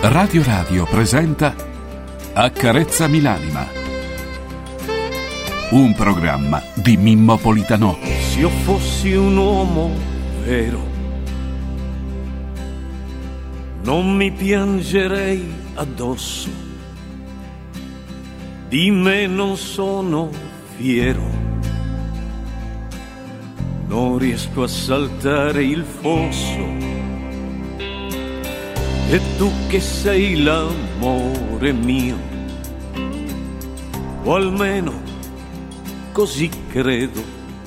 Radio Radio presenta Accarezzami l'anima, un programma di Mimmo Politano. Se io fossi un uomo vero, non mi piangerei addosso, di me non sono fiero, non riesco a saltare il fosso. E tu che sei l'amore mio, o almeno così credo,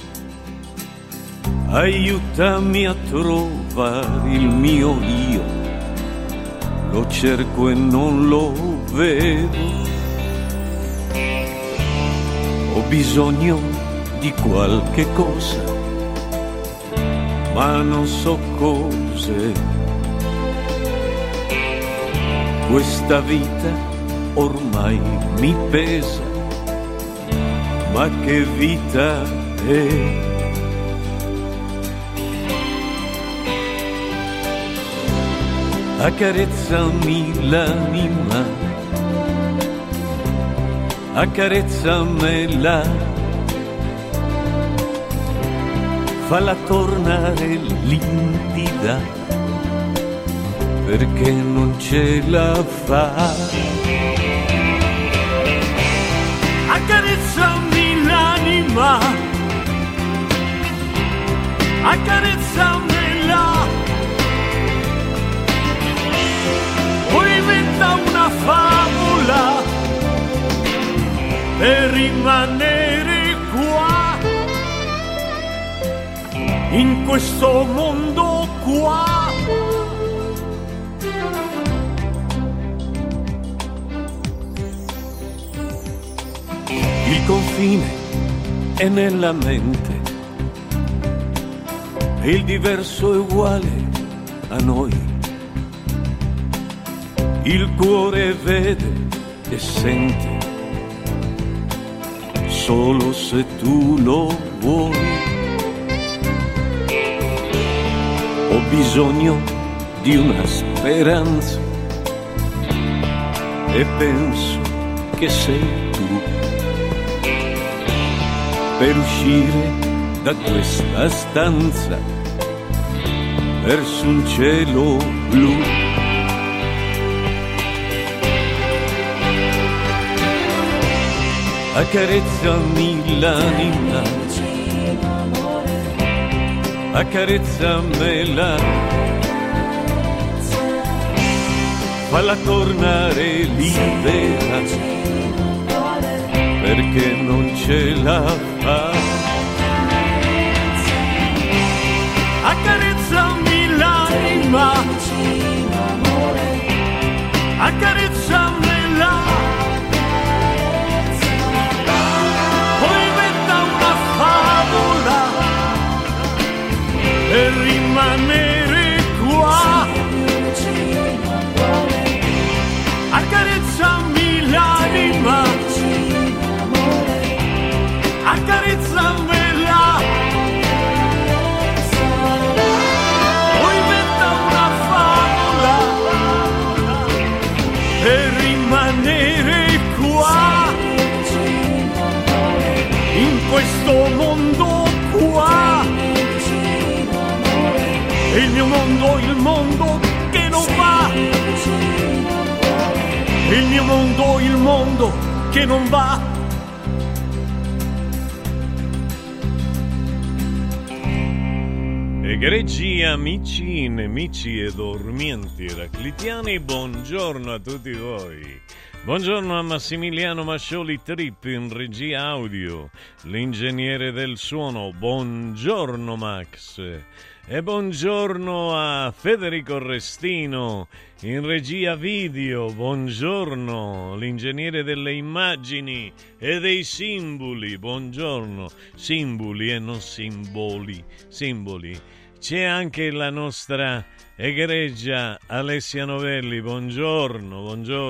aiutami a trovare il mio io, lo cerco e non lo vedo. Ho bisogno di qualche cosa, ma non so cos'è. Questa vita ormai mi pesa, ma che vita è? Accarezzami l'anima, accarezzamela, falla tornare limpida, perché non ce la fa. Accarezzami l'anima, accarezzamela, poi inventa una favola per rimanere qua, in questo mondo qua. Il confine è nella mente e il diverso è uguale a noi. Il cuore vede e sente solo se tu lo vuoi. Ho bisogno di una speranza e penso che sei tu, per uscire da questa stanza verso un cielo blu. Accarezzami l'anima, accarezzamela, falla tornare libera, perché non ce la fa. Accarezzami l'anima, accarezzamela, poi inventa una favola per rimanere qua. Accarezzami l'anima, accarezzamela, poi inventa una favola per rimanere qua, in questo mondo qua. Il mio mondo, il mondo che non va, il mio mondo, il mondo che non va. Egregi amici, nemici e dormienti eraclitiani, buongiorno a tutti voi. Buongiorno a Massimiliano Mascioli Trip in regia audio, l'ingegnere del suono, buongiorno Max. E buongiorno a Federico Restino in regia video, buongiorno, l'ingegnere delle immagini e dei simboli, buongiorno, simboli e non simboli, simboli. C'è anche la nostra Egregia Alessia Novelli, buongiorno.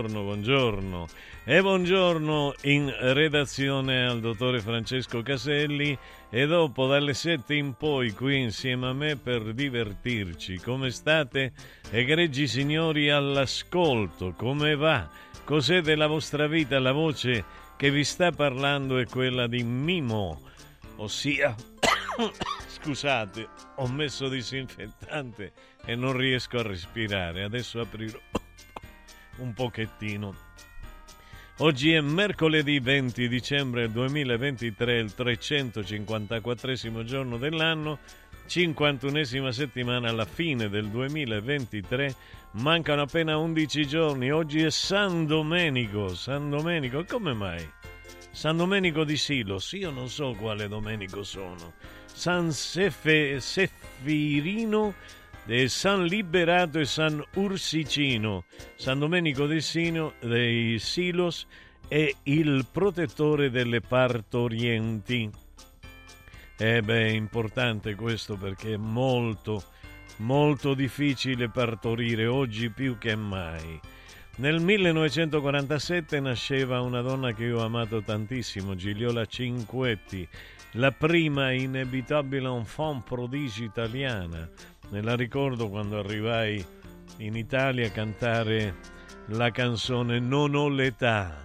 E buongiorno in redazione al dottore Francesco Caselli, e dopo dalle 7 in poi qui insieme a me per divertirci. Come state, egregi signori all'ascolto? Come va? Cos'è della vostra vita? La voce che vi sta parlando è quella di Mimo, ossia scusate, ho messo disinfettante e non riesco a respirare. Adesso aprirò un pochettino. Oggi è mercoledì 20 dicembre 2023, il 354esimo giorno dell'anno, 51esima settimana alla fine del 2023. Mancano appena 11 giorni. Oggi è San Domenico. Come mai? San Domenico di Silos, io non so quale Domenico sono. San Sefirino, San Liberato e San Ursicino. San Domenico dei Silos è il protettore delle partorienti. È importante questo, perché è molto difficile partorire oggi più che mai. Nel 1947 nasceva una donna che io ho amato tantissimo, Gigliola Cinquetti, la prima inevitabile enfant prodige italiana. Me la ricordo quando arrivai in Italia a cantare la canzone Non ho l'età,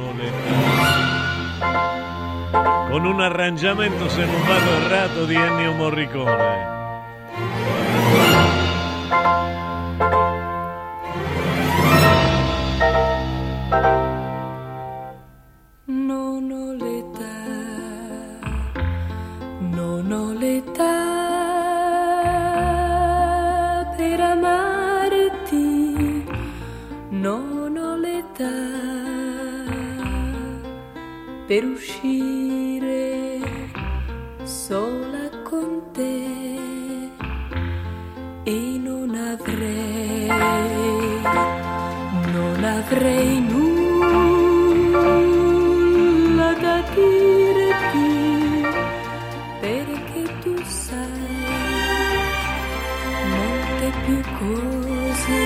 con un arrangiamento, se non vado errato, di Ennio Morricone. Non ho l'età per amarti, non ho l'età per uscire sola con te, e non avrei nulla da dirti, perché tu sai molte più cose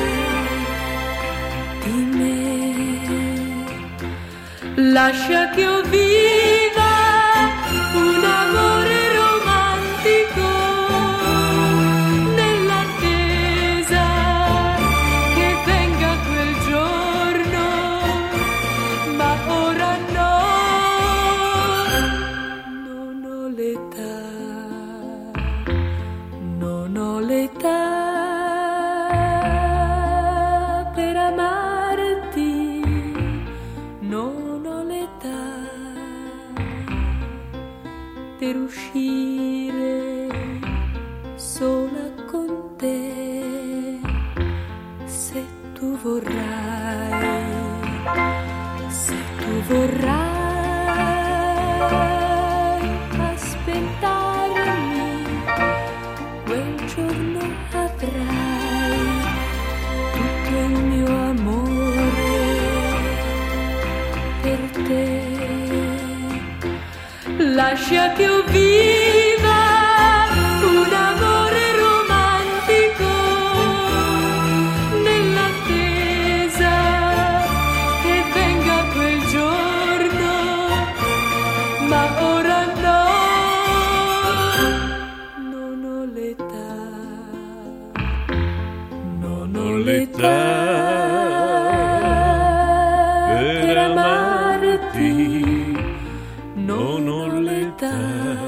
di me. Lascia che io viva un amore romantico, nell'attesa che venga quel giorno, ma ora no, non ho l'età per amarti, non ho l'età per uscire sola con te. Se tu vorrai aspettarmi, quel giorno avrai tutto il mio amore per te. Lascia che io viva un amore romantico, nell'attesa che venga quel giorno, ma ora no, non ho l'età per amarti, non ho l'età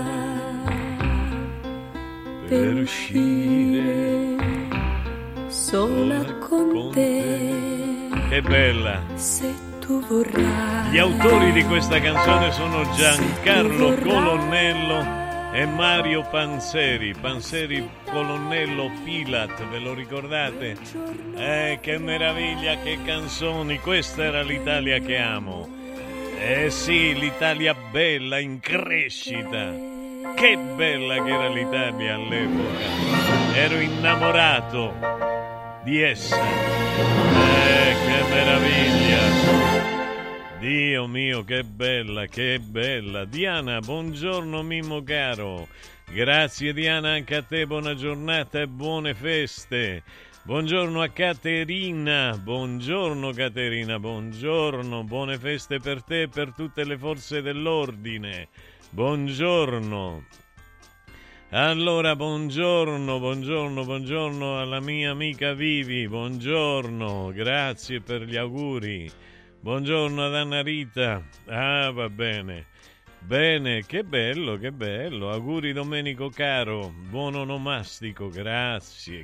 per uscire sola con te. Che bella! Se tu vorrai. Gli autori di questa canzone sono Giancarlo Colonnello e Mario Panzeri Colonnello Pilat, ve lo ricordate? Che meraviglia, che canzoni! Questa era l'Italia che amo. Sì, l'Italia bella, in crescita. Che bella che era l'Italia all'epoca. Ero innamorato di essa. Che meraviglia. Dio mio, che bella, che bella. Diana, buongiorno Mimmo caro. Grazie Diana, anche a te buona giornata e buone feste. Buongiorno a Caterina, buongiorno, buone feste per te e per tutte le forze dell'ordine. Buongiorno. Allora, buongiorno alla mia amica Vivi, buongiorno, grazie per gli auguri. Buongiorno ad Anna Rita, va bene. Bene, che bello, auguri Domenico caro, buon onomastico, grazie.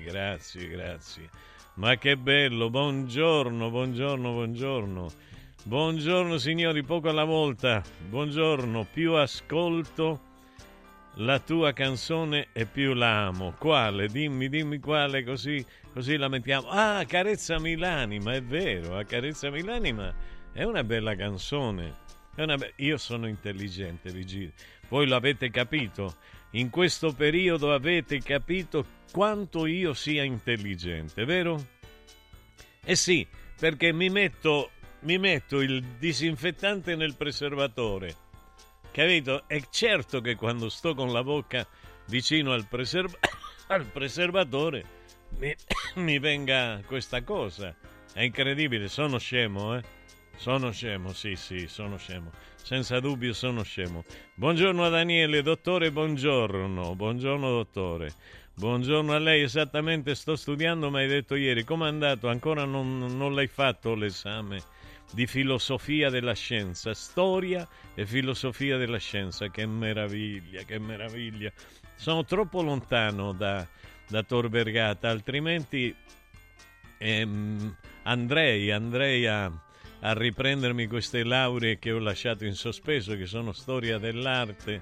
Ma che bello, buongiorno. Buongiorno signori, poco alla volta, buongiorno, più ascolto la tua canzone e più la amo. Quale? Dimmi quale, così la mettiamo. Carezzami l'anima, è vero, Carezzami l'anima è una bella canzone. Io sono intelligente, Virgilio. Voi lo avete capito? In questo periodo avete capito quanto io sia intelligente, vero? Eh sì, perché mi metto il disinfettante nel preservatore. Capito? È certo che quando sto con la bocca vicino al preservatore mi venga questa cosa. È incredibile, sono scemo, Sono scemo, sì, sono scemo. Senza dubbio sono scemo. Buongiorno a Daniele, dottore, buongiorno. Buongiorno, dottore. Buongiorno a lei, esattamente sto studiando, ma hai detto ieri. Com'è andato? Ancora non l'hai fatto l'esame di filosofia della scienza, storia e filosofia della scienza. Che meraviglia. Sono troppo lontano da Tor Vergata, altrimenti andrei a riprendermi queste lauree che ho lasciato in sospeso, che sono storia dell'arte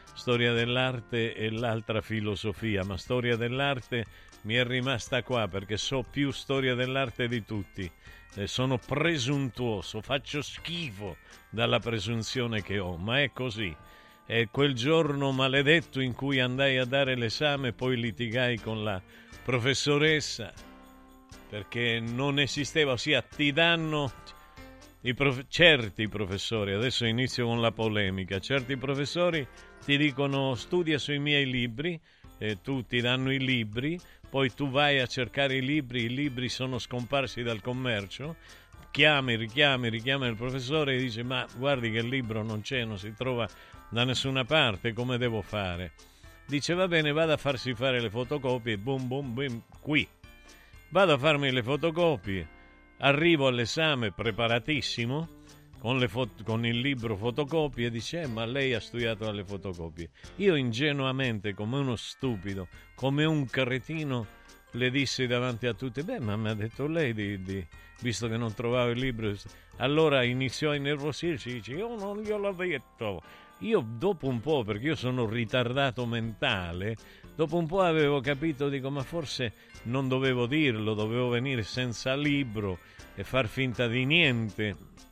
e l'altra filosofia, ma storia dell'arte mi è rimasta qua perché so più storia dell'arte di tutti. Sono presuntuoso, faccio schifo dalla presunzione che ho, ma è così. E quel giorno maledetto in cui andai a dare l'esame, poi litigai con la professoressa perché non esisteva, ossia ti danno certi professori, adesso inizio con la polemica, certi professori ti dicono studia sui miei libri, tu ti danno i libri, poi tu vai a cercare i libri sono scomparsi dal commercio, richiami il professore e dice ma guardi che il libro non c'è, non si trova da nessuna parte, come devo fare? Dice va bene, vada a farsi fare le fotocopie, boom, qui. Vado a farmi le fotocopie, arrivo all'esame preparatissimo con il libro fotocopie, dice ma lei ha studiato alle fotocopie. Io ingenuamente, come uno stupido, come un cretino, le dissi davanti a tutti, ma mi ha detto lei visto che non trovavo il libro. Allora iniziò a innervosirsi, dice io non gliel'ho detto. Io dopo un po', perché io sono ritardato mentale, dopo un po' avevo capito, dico ma forse non dovevo dirlo, dovevo venire senza libro e far finta di niente.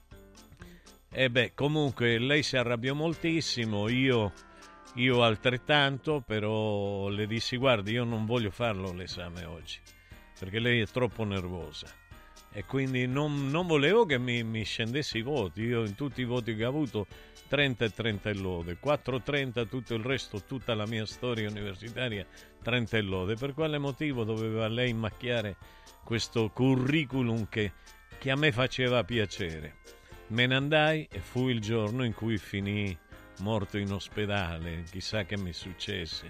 E comunque lei si arrabbiò moltissimo, io altrettanto, però le dissi guardi, io non voglio farlo l'esame oggi perché lei è troppo nervosa e quindi non volevo che mi scendessi i voti. Io in tutti i voti che ho avuto 30 e 30 e lode, 4,30 tutto il resto, tutta la mia storia universitaria 30 e lode. Per quale motivo doveva lei macchiare questo curriculum che a me faceva piacere? Me ne andai e fu il giorno in cui finì morto in ospedale, chissà che mi successe.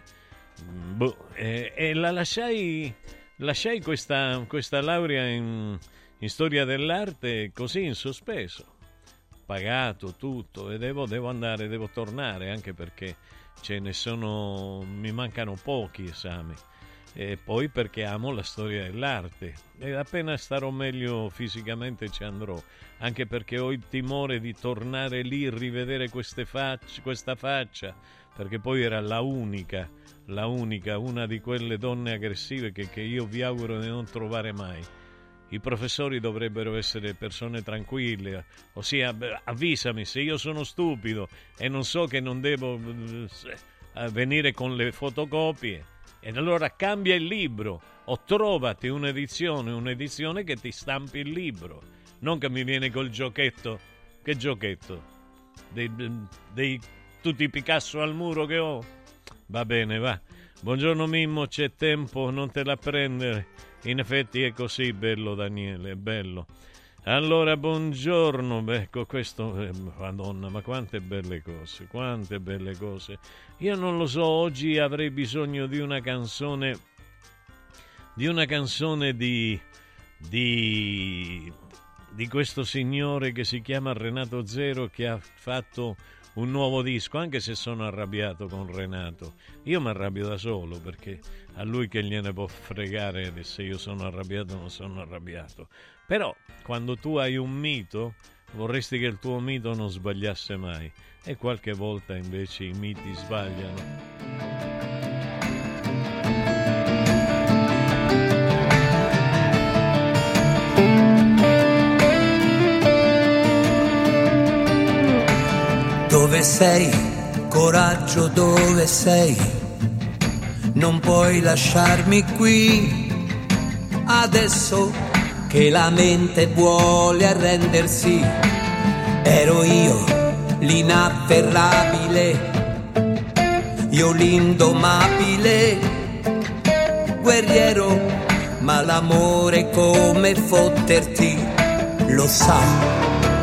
E la lasciai questa laurea in storia dell'arte così in sospeso, pagato tutto, e devo tornare, anche perché mi mancano pochi esami, e poi perché amo la storia dell'arte e appena starò meglio fisicamente ci andrò, anche perché ho il timore di tornare lì, rivedere questa faccia, perché poi era la unica, una di quelle donne aggressive che io vi auguro di non trovare mai. I professori dovrebbero essere persone tranquille, ossia avvisami se io sono stupido e non so che non devo venire con le fotocopie, e allora cambia il libro o trovati un'edizione che ti stampi il libro, non che mi viene col giochetto. Che giochetto? Dei tutti Picasso al muro che ho? Va bene, va. Buongiorno Mimmo, c'è tempo, non te la prendere. In effetti è così, bello Daniele, è bello. Allora, buongiorno, ecco questo, Madonna, ma quante belle cose, quante belle cose. Io non lo so, oggi avrei bisogno di una canzone di questo signore che si chiama Renato Zero, che ha fatto un nuovo disco, anche se sono arrabbiato con Renato. Io mi arrabbio da solo, perché a lui che gliene può fregare se io sono arrabbiato o non sono arrabbiato. Però quando tu hai un mito, vorresti che il tuo mito non sbagliasse mai, e qualche volta invece i miti sbagliano. Dove sei? Coraggio, dove sei? Non puoi lasciarmi qui adesso che la mente vuole arrendersi. Ero io l'inafferrabile, io l'indomabile guerriero, ma l'amore come fotterti lo sa.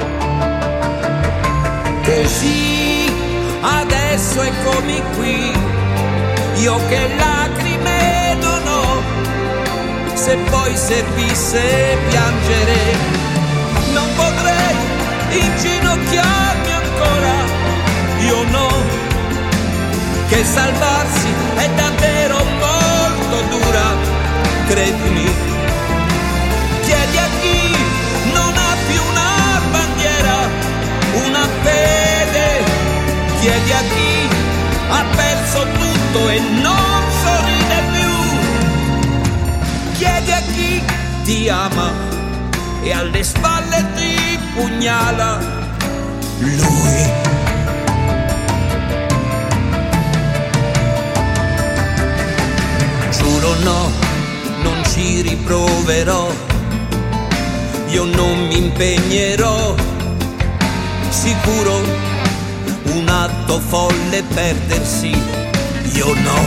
Così adesso eccomi qui, io che lacrime non ho, se poi servisse piangere non potrei inginocchiarmi ancora, io no, che salvarsi è davvero molto dura, credimi, chiedi a chi non ha più una bandiera, una fede, chiedi a chi ha perso tutto e non sorride più, chiedi a chi ti ama e alle spalle ti pugnala lui. Giuro no, non ci riproverò, io non mi impegnerò, sicuro un atto folle perdersi, io no.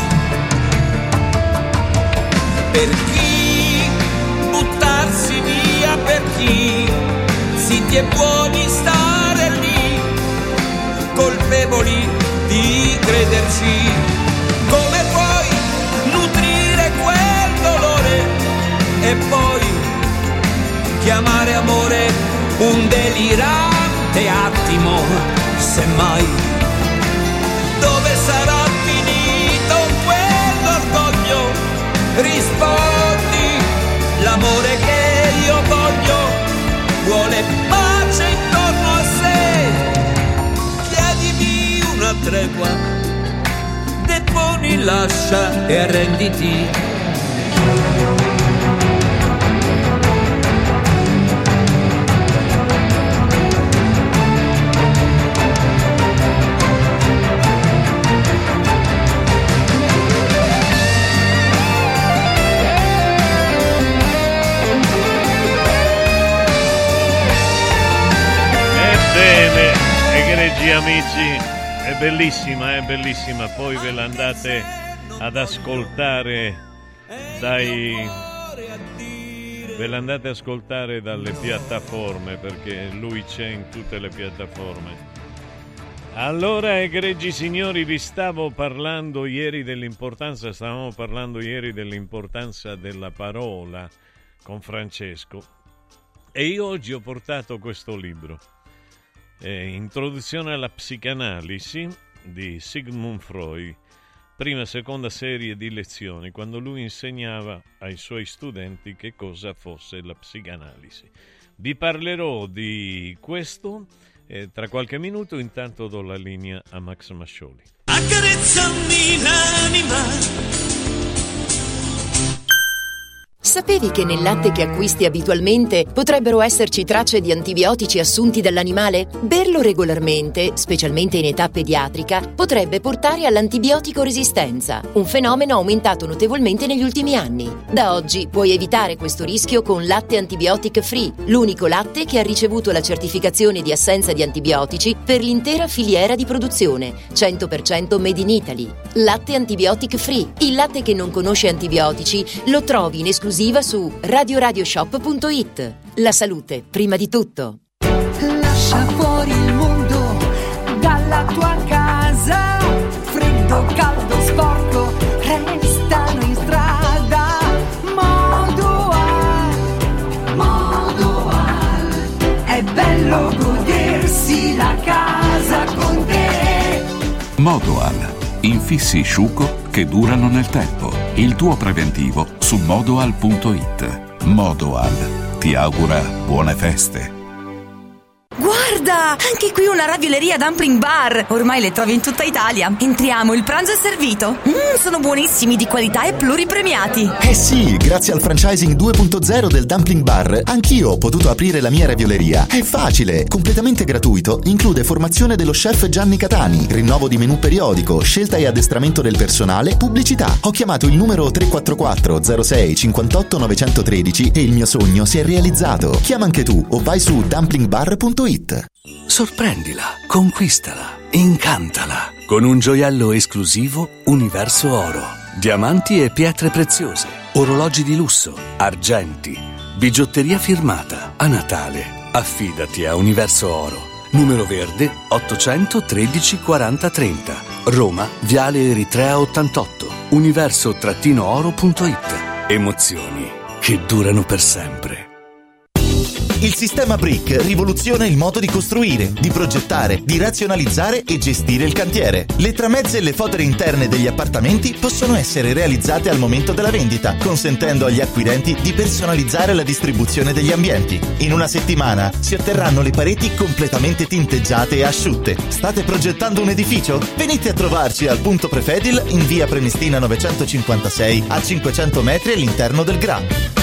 Per chi buttarsi via, per chi zitti e buoni stare lì, colpevoli di crederci, come puoi nutrire quel dolore e poi chiamare amore un delirante attimo, semmai. Dove sarà finito quell'orgoglio? Rispondi, l'amore che io voglio vuole pace intorno a sé. Chiedimi una tregua, deponi, lascia e arrenditi. Bene, egregi amici, è bellissima, poi ve l'andate ad ascoltare dalle piattaforme, perché lui c'è in tutte le piattaforme. Allora, egregi signori, stavamo parlando ieri dell'importanza della parola con Francesco, e io oggi ho portato questo libro. Introduzione alla psicanalisi di Sigmund Freud, prima e seconda serie di lezioni, quando lui insegnava ai suoi studenti che cosa fosse la psicanalisi. Vi parlerò di questo tra qualche minuto, intanto do la linea a Max Mascioli. Accarezzami l'anima. Sapevi che nel latte che acquisti abitualmente potrebbero esserci tracce di antibiotici assunti dall'animale? Berlo regolarmente, specialmente in età pediatrica, potrebbe portare all'antibiotico resistenza, un fenomeno aumentato notevolmente negli ultimi anni. Da oggi puoi evitare questo rischio con Latte Antibiotic Free, l'unico latte che ha ricevuto la certificazione di assenza di antibiotici per l'intera filiera di produzione, 100% made in Italy. Latte Antibiotic Free, il latte che non conosce antibiotici, lo trovi in esclusiva su radioradioshop.it. La salute, prima di tutto. Lascia fuori il mondo dalla tua casa. Freddo, caldo, sporco, restano in strada. Modoal, è bello godersi la casa con te. Modoal. Infissi Sciuco che durano nel tempo. Il tuo preventivo su modoal.it. Modoal ti augura buone feste. Guarda, anche qui una ravioleria Dumpling Bar. Ormai le trovi in tutta Italia. Entriamo, il pranzo è servito. Sono buonissimi, di qualità e pluripremiati. Eh sì, grazie al franchising 2.0 del Dumpling Bar, anch'io ho potuto aprire la mia ravioleria. È facile, completamente gratuito, include formazione dello chef Gianni Catani, rinnovo di menù periodico, scelta e addestramento del personale, pubblicità. Ho chiamato il numero 344 06 58 913 e il mio sogno si è realizzato. Chiama anche tu o vai su dumplingbar.it. Sorprendila, conquistala, incantala con un gioiello esclusivo Universo Oro. Diamanti e pietre preziose, orologi di lusso, argenti, bigiotteria firmata. A Natale affidati a Universo Oro. Numero verde 813 40 30. Roma, Viale Eritrea 88. universo-oro.it. Emozioni che durano per sempre. Il sistema Brick rivoluziona il modo di costruire, di progettare, di razionalizzare e gestire il cantiere. Le tramezze e le fodere interne degli appartamenti possono essere realizzate al momento della vendita, consentendo agli acquirenti di personalizzare la distribuzione degli ambienti. In una settimana si otterranno le pareti completamente tinteggiate e asciutte. State progettando un edificio? Venite a trovarci al punto Prefedil in via Prenestina 956 a 500 metri all'interno del GRA.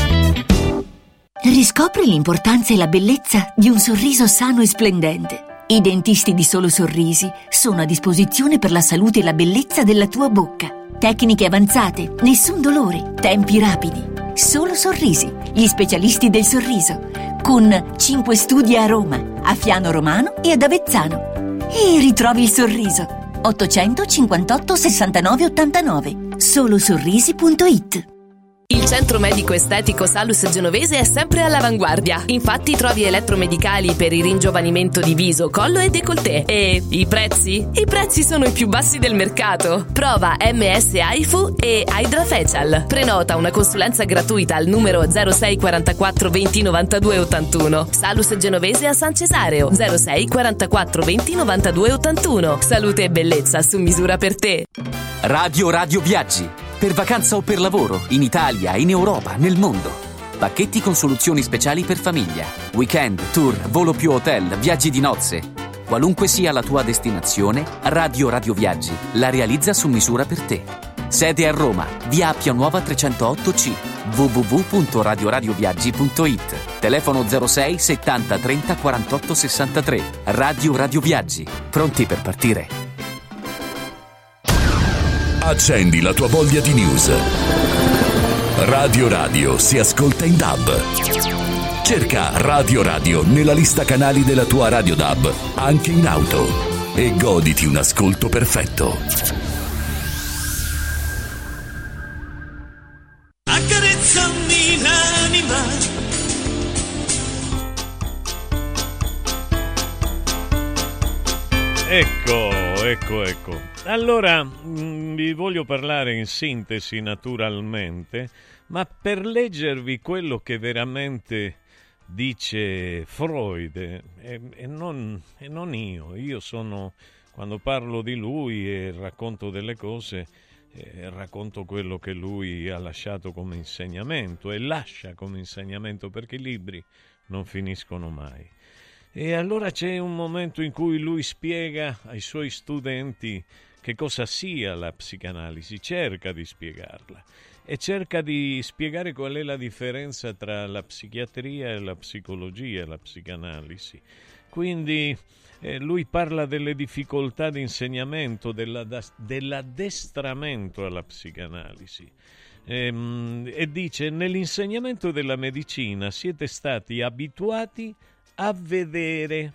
Riscopri l'importanza e la bellezza di un sorriso sano e splendente. I dentisti di Solo Sorrisi sono a disposizione per la salute e la bellezza della tua bocca. Tecniche avanzate, nessun dolore, tempi rapidi. Solo Sorrisi, gli specialisti del sorriso, con 5 studi a Roma, a Fiano Romano e ad Avezzano. E ritrovi il sorriso. 858 69 89. Solosorrisi.it. Il centro medico estetico Salus Genovese è sempre all'avanguardia. Infatti trovi elettromedicali per il ringiovanimento di viso, collo e décolleté. E i prezzi? I prezzi sono i più bassi del mercato. Prova MS AIFU e Hydra Facial. Prenota una consulenza gratuita al numero 06 44 20 92 81. Salus Genovese a San Cesareo 06 44 20 92 81. Salute e bellezza su misura per te. Radio Viaggi. Per vacanza o per lavoro, in Italia, in Europa, nel mondo. Pacchetti con soluzioni speciali per famiglia. Weekend, tour, volo più hotel, viaggi di nozze. Qualunque sia la tua destinazione, Radio Viaggi la realizza su misura per te. Sede a Roma, via Appia Nuova 308C. www.radioradioviaggi.it. Telefono 06 70 30 48 63. Radio Viaggi. Pronti per partire? Accendi la tua voglia di news. Radio si ascolta in DAB. Cerca Radio nella lista canali della tua Radio DAB, anche in auto, e goditi un ascolto perfetto. Accarezzami l'anima. Ecco. Allora, vi voglio parlare in sintesi naturalmente, ma per leggervi quello che veramente dice Freud, e non io sono, quando parlo di lui e racconto delle cose, racconto quello che lui ha lasciato come insegnamento e lascia come insegnamento, perché i libri non finiscono mai. E allora c'è un momento in cui lui spiega ai suoi studenti che cosa sia la psicanalisi, cerca di spiegarla. e cerca di spiegare qual è la differenza tra la psichiatria e la psicologia, la psicanalisi. Quindi lui parla delle difficoltà di insegnamento, dell'addestramento alla psicanalisi. E dice: nell'insegnamento della medicina siete stati abituati a vedete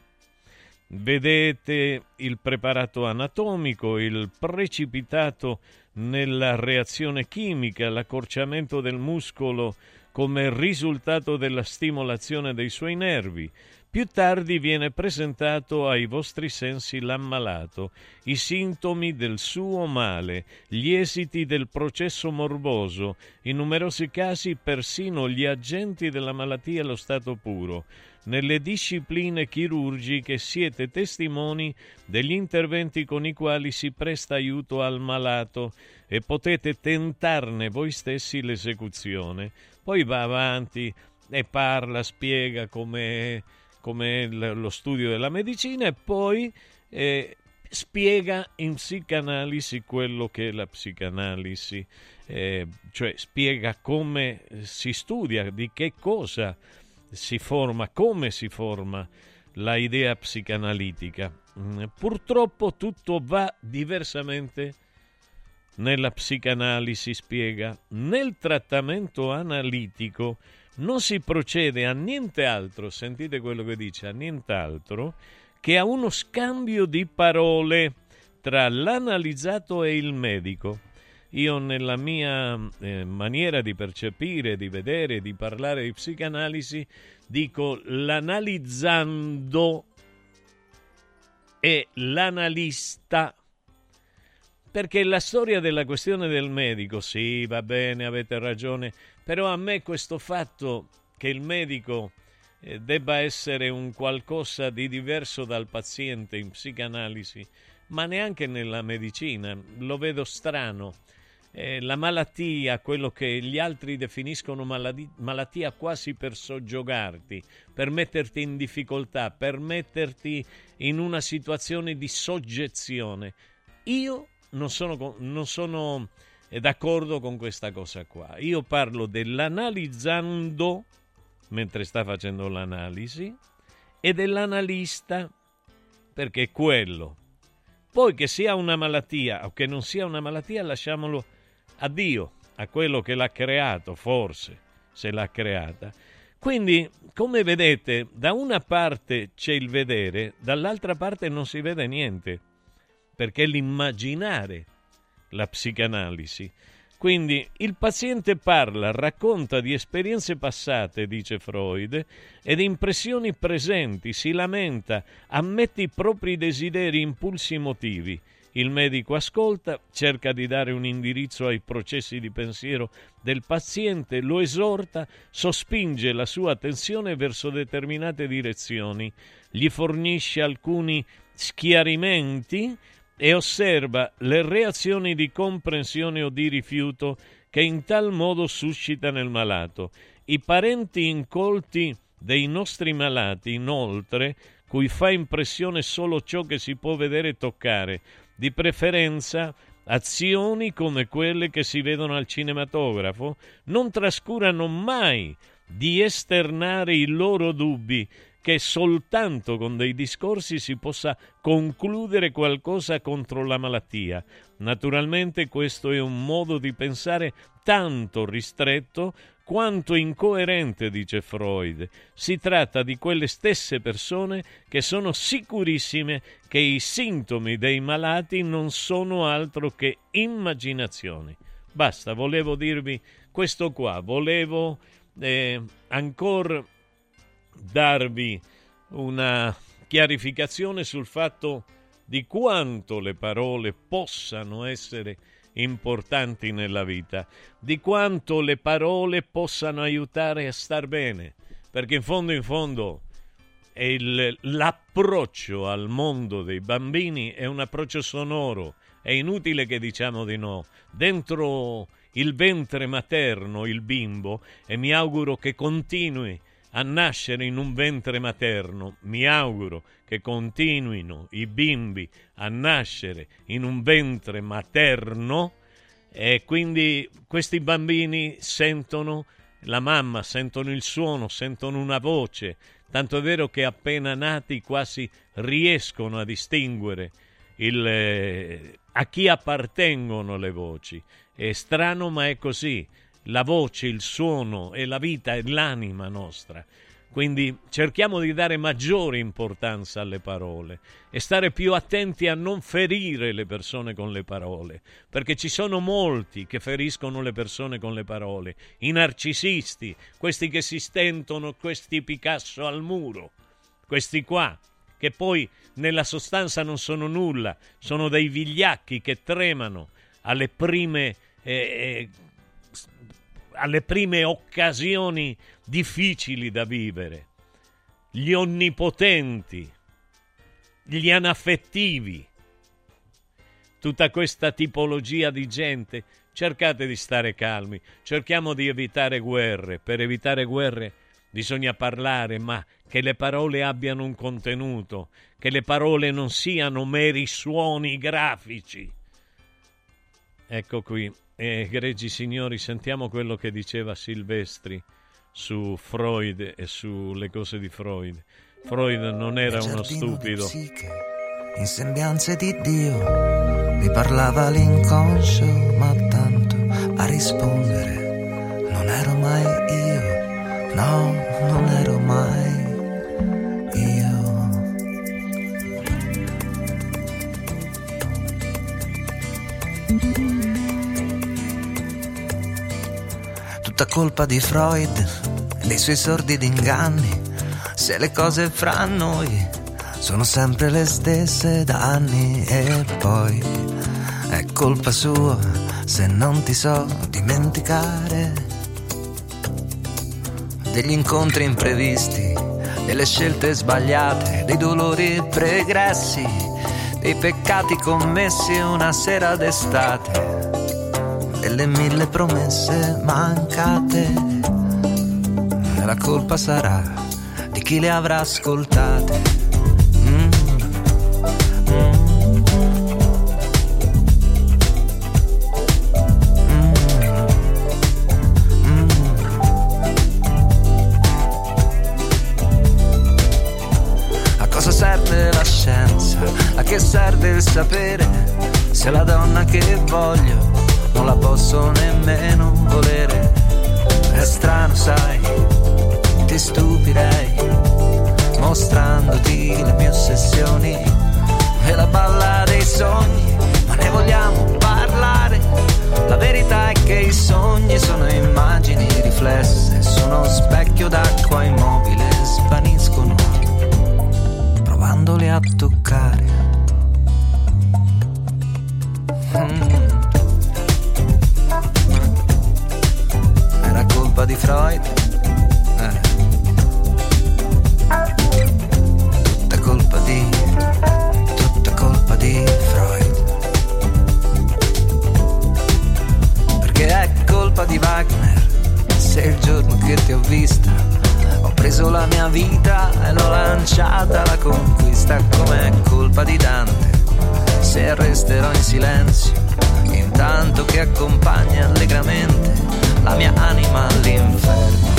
il preparato anatomico, il precipitato nella reazione chimica, l'accorciamento del muscolo come risultato della stimolazione dei suoi nervi. Più tardi viene presentato ai vostri sensi l'ammalato, i sintomi del suo male, gli esiti del processo morboso, in numerosi casi persino gli agenti della malattia allo stato puro. Nelle discipline chirurgiche siete testimoni degli interventi con i quali si presta aiuto al malato e potete tentarne voi stessi l'esecuzione. Poi va avanti e parla, spiega come lo studio della medicina e poi spiega in psicanalisi quello che è la psicanalisi, cioè spiega come si studia, di che cosa si forma, come si forma la idea psicanalitica. Purtroppo tutto va diversamente nella psicanalisi, spiega. Nel trattamento analitico non si procede a niente altro, sentite quello che dice, a nient'altro che a uno scambio di parole tra l'analizzato e il medico. Io nella mia maniera di percepire, di vedere, di parlare di psicanalisi, dico l'analizzando e l'analista, perché la storia della questione del medico, sì, va bene, avete ragione, però a me questo fatto che il medico debba essere un qualcosa di diverso dal paziente in psicanalisi, ma neanche nella medicina, lo vedo strano. La malattia, quello che gli altri definiscono malattia quasi per soggiogarti, per metterti in difficoltà, per metterti in una situazione di soggezione. Io non sono d'accordo con questa cosa qua. Io parlo dell'analizzando mentre sta facendo l'analisi e dell'analista, perché è quello. Poi che sia una malattia o che non sia una malattia, lasciamolo a Dio, a quello che l'ha creato, forse, se l'ha creata. Quindi, come vedete, da una parte c'è il vedere, dall'altra parte non si vede niente, perché è l'immaginare la psicanalisi. Quindi il paziente parla, racconta di esperienze passate, dice Freud, ed impressioni presenti, si lamenta, ammette i propri desideri, impulsi emotivi. Il medico ascolta, cerca di dare un indirizzo ai processi di pensiero del paziente, lo esorta, sospinge la sua attenzione verso determinate direzioni, gli fornisce alcuni schiarimenti e osserva le reazioni di comprensione o di rifiuto che in tal modo suscita nel malato. I parenti incolti dei nostri malati, inoltre, cui fa impressione solo ciò che si può vedere e toccare, di preferenza azioni come quelle che si vedono al cinematografo, non trascurano mai di esternare i loro dubbi che soltanto con dei discorsi si possa concludere qualcosa contro la malattia. Naturalmente questo è un modo di pensare tanto ristretto quanto incoerente, dice Freud. Si tratta di quelle stesse persone che sono sicurissime che i sintomi dei malati non sono altro che immaginazioni. Basta, volevo dirvi questo qua, volevo ancora darvi una chiarificazione sul fatto di quanto le parole possano essere importanti nella vita, di quanto le parole possano aiutare a star bene, perché in fondo l'approccio al mondo dei bambini è un approccio sonoro, è inutile che diciamo di no. Dentro il ventre materno il bimbo, e mi auguro che continui a nascere in un ventre materno, mi auguro che continuino i bimbi a nascere in un ventre materno, E quindi questi bambini sentono la mamma, sentono il suono, sentono una voce, tanto è vero che appena nati quasi riescono a distinguere a chi appartengono le voci. È strano, ma è così. La voce, il suono è la vita, è l'anima nostra. Quindi cerchiamo di dare maggiore importanza alle parole e stare più attenti a non ferire le persone con le parole, perché ci sono molti che feriscono le persone con le parole, i narcisisti, questi che si stentono, questi Picasso al muro, questi qua, che poi nella sostanza non sono nulla, sono dei vigliacchi che tremano alle prime occasioni difficili da vivere, gli onnipotenti, gli anaffettivi, tutta questa tipologia di gente. Cercate di stare calmi, cerchiamo di evitare guerre. Per evitare guerre bisogna parlare, ma che le parole abbiano un contenuto, che le parole non siano meri suoni grafici. Ecco qui. Egregi signori, sentiamo quello che diceva Silvestri su Freud e sulle cose di Freud. Freud non era uno stupido. Psiche, in sembianze di Dio, mi parlava l'inconscio, ma tanto a rispondere non ero mai io, no, non ero mai io. Tutta colpa di Freud e dei suoi sordidi inganni. Se le cose fra noi sono sempre le stesse da anni, e poi è colpa sua se non ti so dimenticare degli incontri imprevisti, delle scelte sbagliate, dei dolori pregressi, dei peccati commessi una sera d'estate, delle 1000 promesse mancate. La colpa sarà di chi le avrà ascoltate. A cosa serve la scienza? A che serve il sapere? Se la donna che voglio non la posso nemmeno volere. È strano, sai, ti stupirei mostrandoti le mie ossessioni e la balla dei sogni, ma ne vogliamo parlare? La verità è che i sogni sono immagini riflesse, sono specchio d'acqua immobile, svaniscono provandoli a toccare. Era colpa di Freud? Tutta colpa di Freud. Perché è colpa di Wagner se il giorno che ti ho vista ho preso la mia vita e l'ho lanciata alla conquista. Come è colpa di Dante se resterò in silenzio intanto che accompagna allegramente la mia anima all'inferno.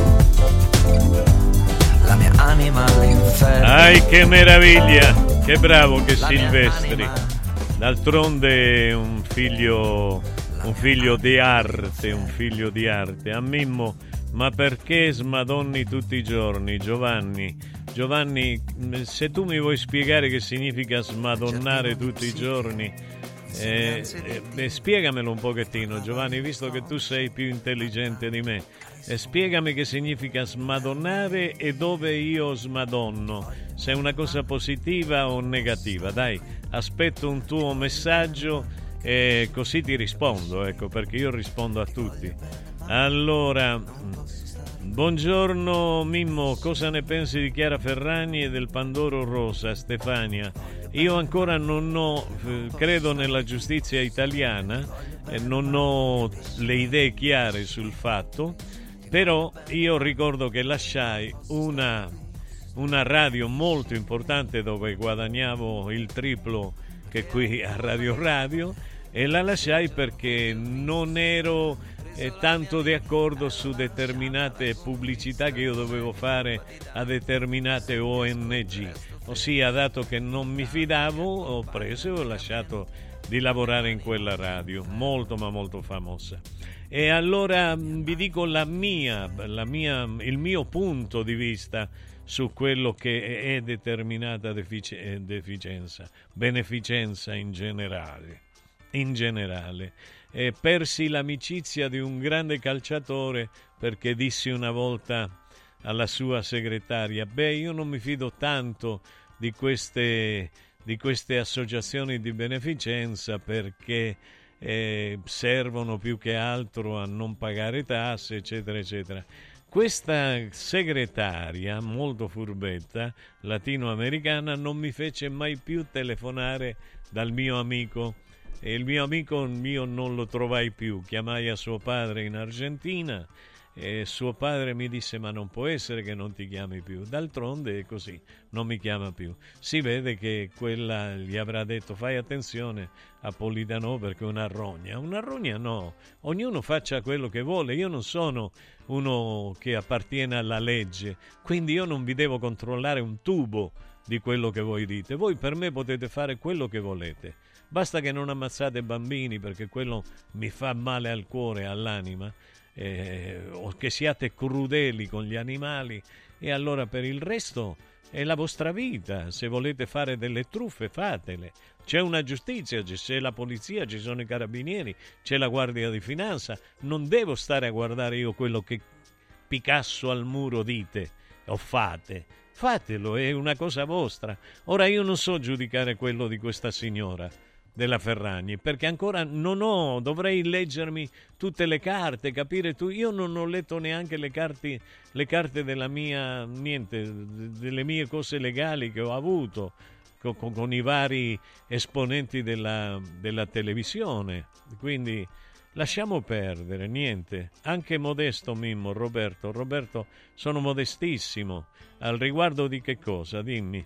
La mia anima all'inferno. Ai, che meraviglia! Che bravo che Silvestri. D'altronde un figlio di arte, un figlio di arte. A Mimmo, ma perché smadonni tutti i giorni? Giovanni, se tu mi vuoi spiegare che significa smadonnare tutti i giorni, spiegamelo un pochettino, Giovanni, visto che tu sei più intelligente di me. Spiegami che significa smadonnare e dove io smadonno, se è una cosa positiva o negativa. Dai, aspetto un tuo messaggio e così ti rispondo, ecco, perché io rispondo a tutti. Allora, buongiorno Mimmo, cosa ne pensi di Chiara Ferragni e del Pandoro Rosa? Stefania, io ancora non ho, credo nella giustizia italiana, non ho le idee chiare sul fatto, però io ricordo che lasciai una radio molto importante dove guadagnavo il triplo che qui a Radio e la lasciai perché non ero tanto d'accordo su determinate pubblicità che io dovevo fare a determinate ONG. Ossia, dato che non mi fidavo, ho preso e ho lasciato di lavorare in quella radio, molto ma molto famosa. E allora vi dico il mio punto di vista su quello che è determinata beneficenza in generale. Persi l'amicizia di un grande calciatore perché dissi una volta alla sua segretaria: io non mi fido tanto di queste associazioni di beneficenza perché servono più che altro a non pagare tasse, eccetera eccetera. Questa segretaria molto furbetta latinoamericana non mi fece mai più telefonare dal mio amico, e il mio amico non lo trovai più. Chiamai a suo padre in Argentina e suo padre mi disse: ma non può essere che non ti chiami più, d'altronde è così, non mi chiama più. Si vede che quella gli avrà detto: fai attenzione a Polidano perché è una rogna no, ognuno faccia quello che vuole, io non sono uno che appartiene alla legge, quindi io non vi devo controllare un tubo di quello che voi dite. Voi per me potete fare quello che volete, basta che non ammazzate bambini, perché quello mi fa male al cuore, all'anima, o che siate crudeli con gli animali, e allora per il resto è la vostra vita. Se volete fare delle truffe, fatele. C'è una giustizia, c'è la polizia, ci sono i carabinieri, c'è la guardia di finanza. Non devo stare a guardare io quello che Picasso al muro dite o fate. Fatelo, è una cosa vostra. Ora io non so giudicare quello di questa signora della Ferragni, perché ancora dovrei leggermi tutte le carte, capire io non ho letto neanche le carte della mia, delle mie cose legali che ho avuto con i vari esponenti della televisione, quindi lasciamo perdere, niente. Anche modesto Mimmo, Roberto, sono modestissimo. Al riguardo di che cosa? Dimmi,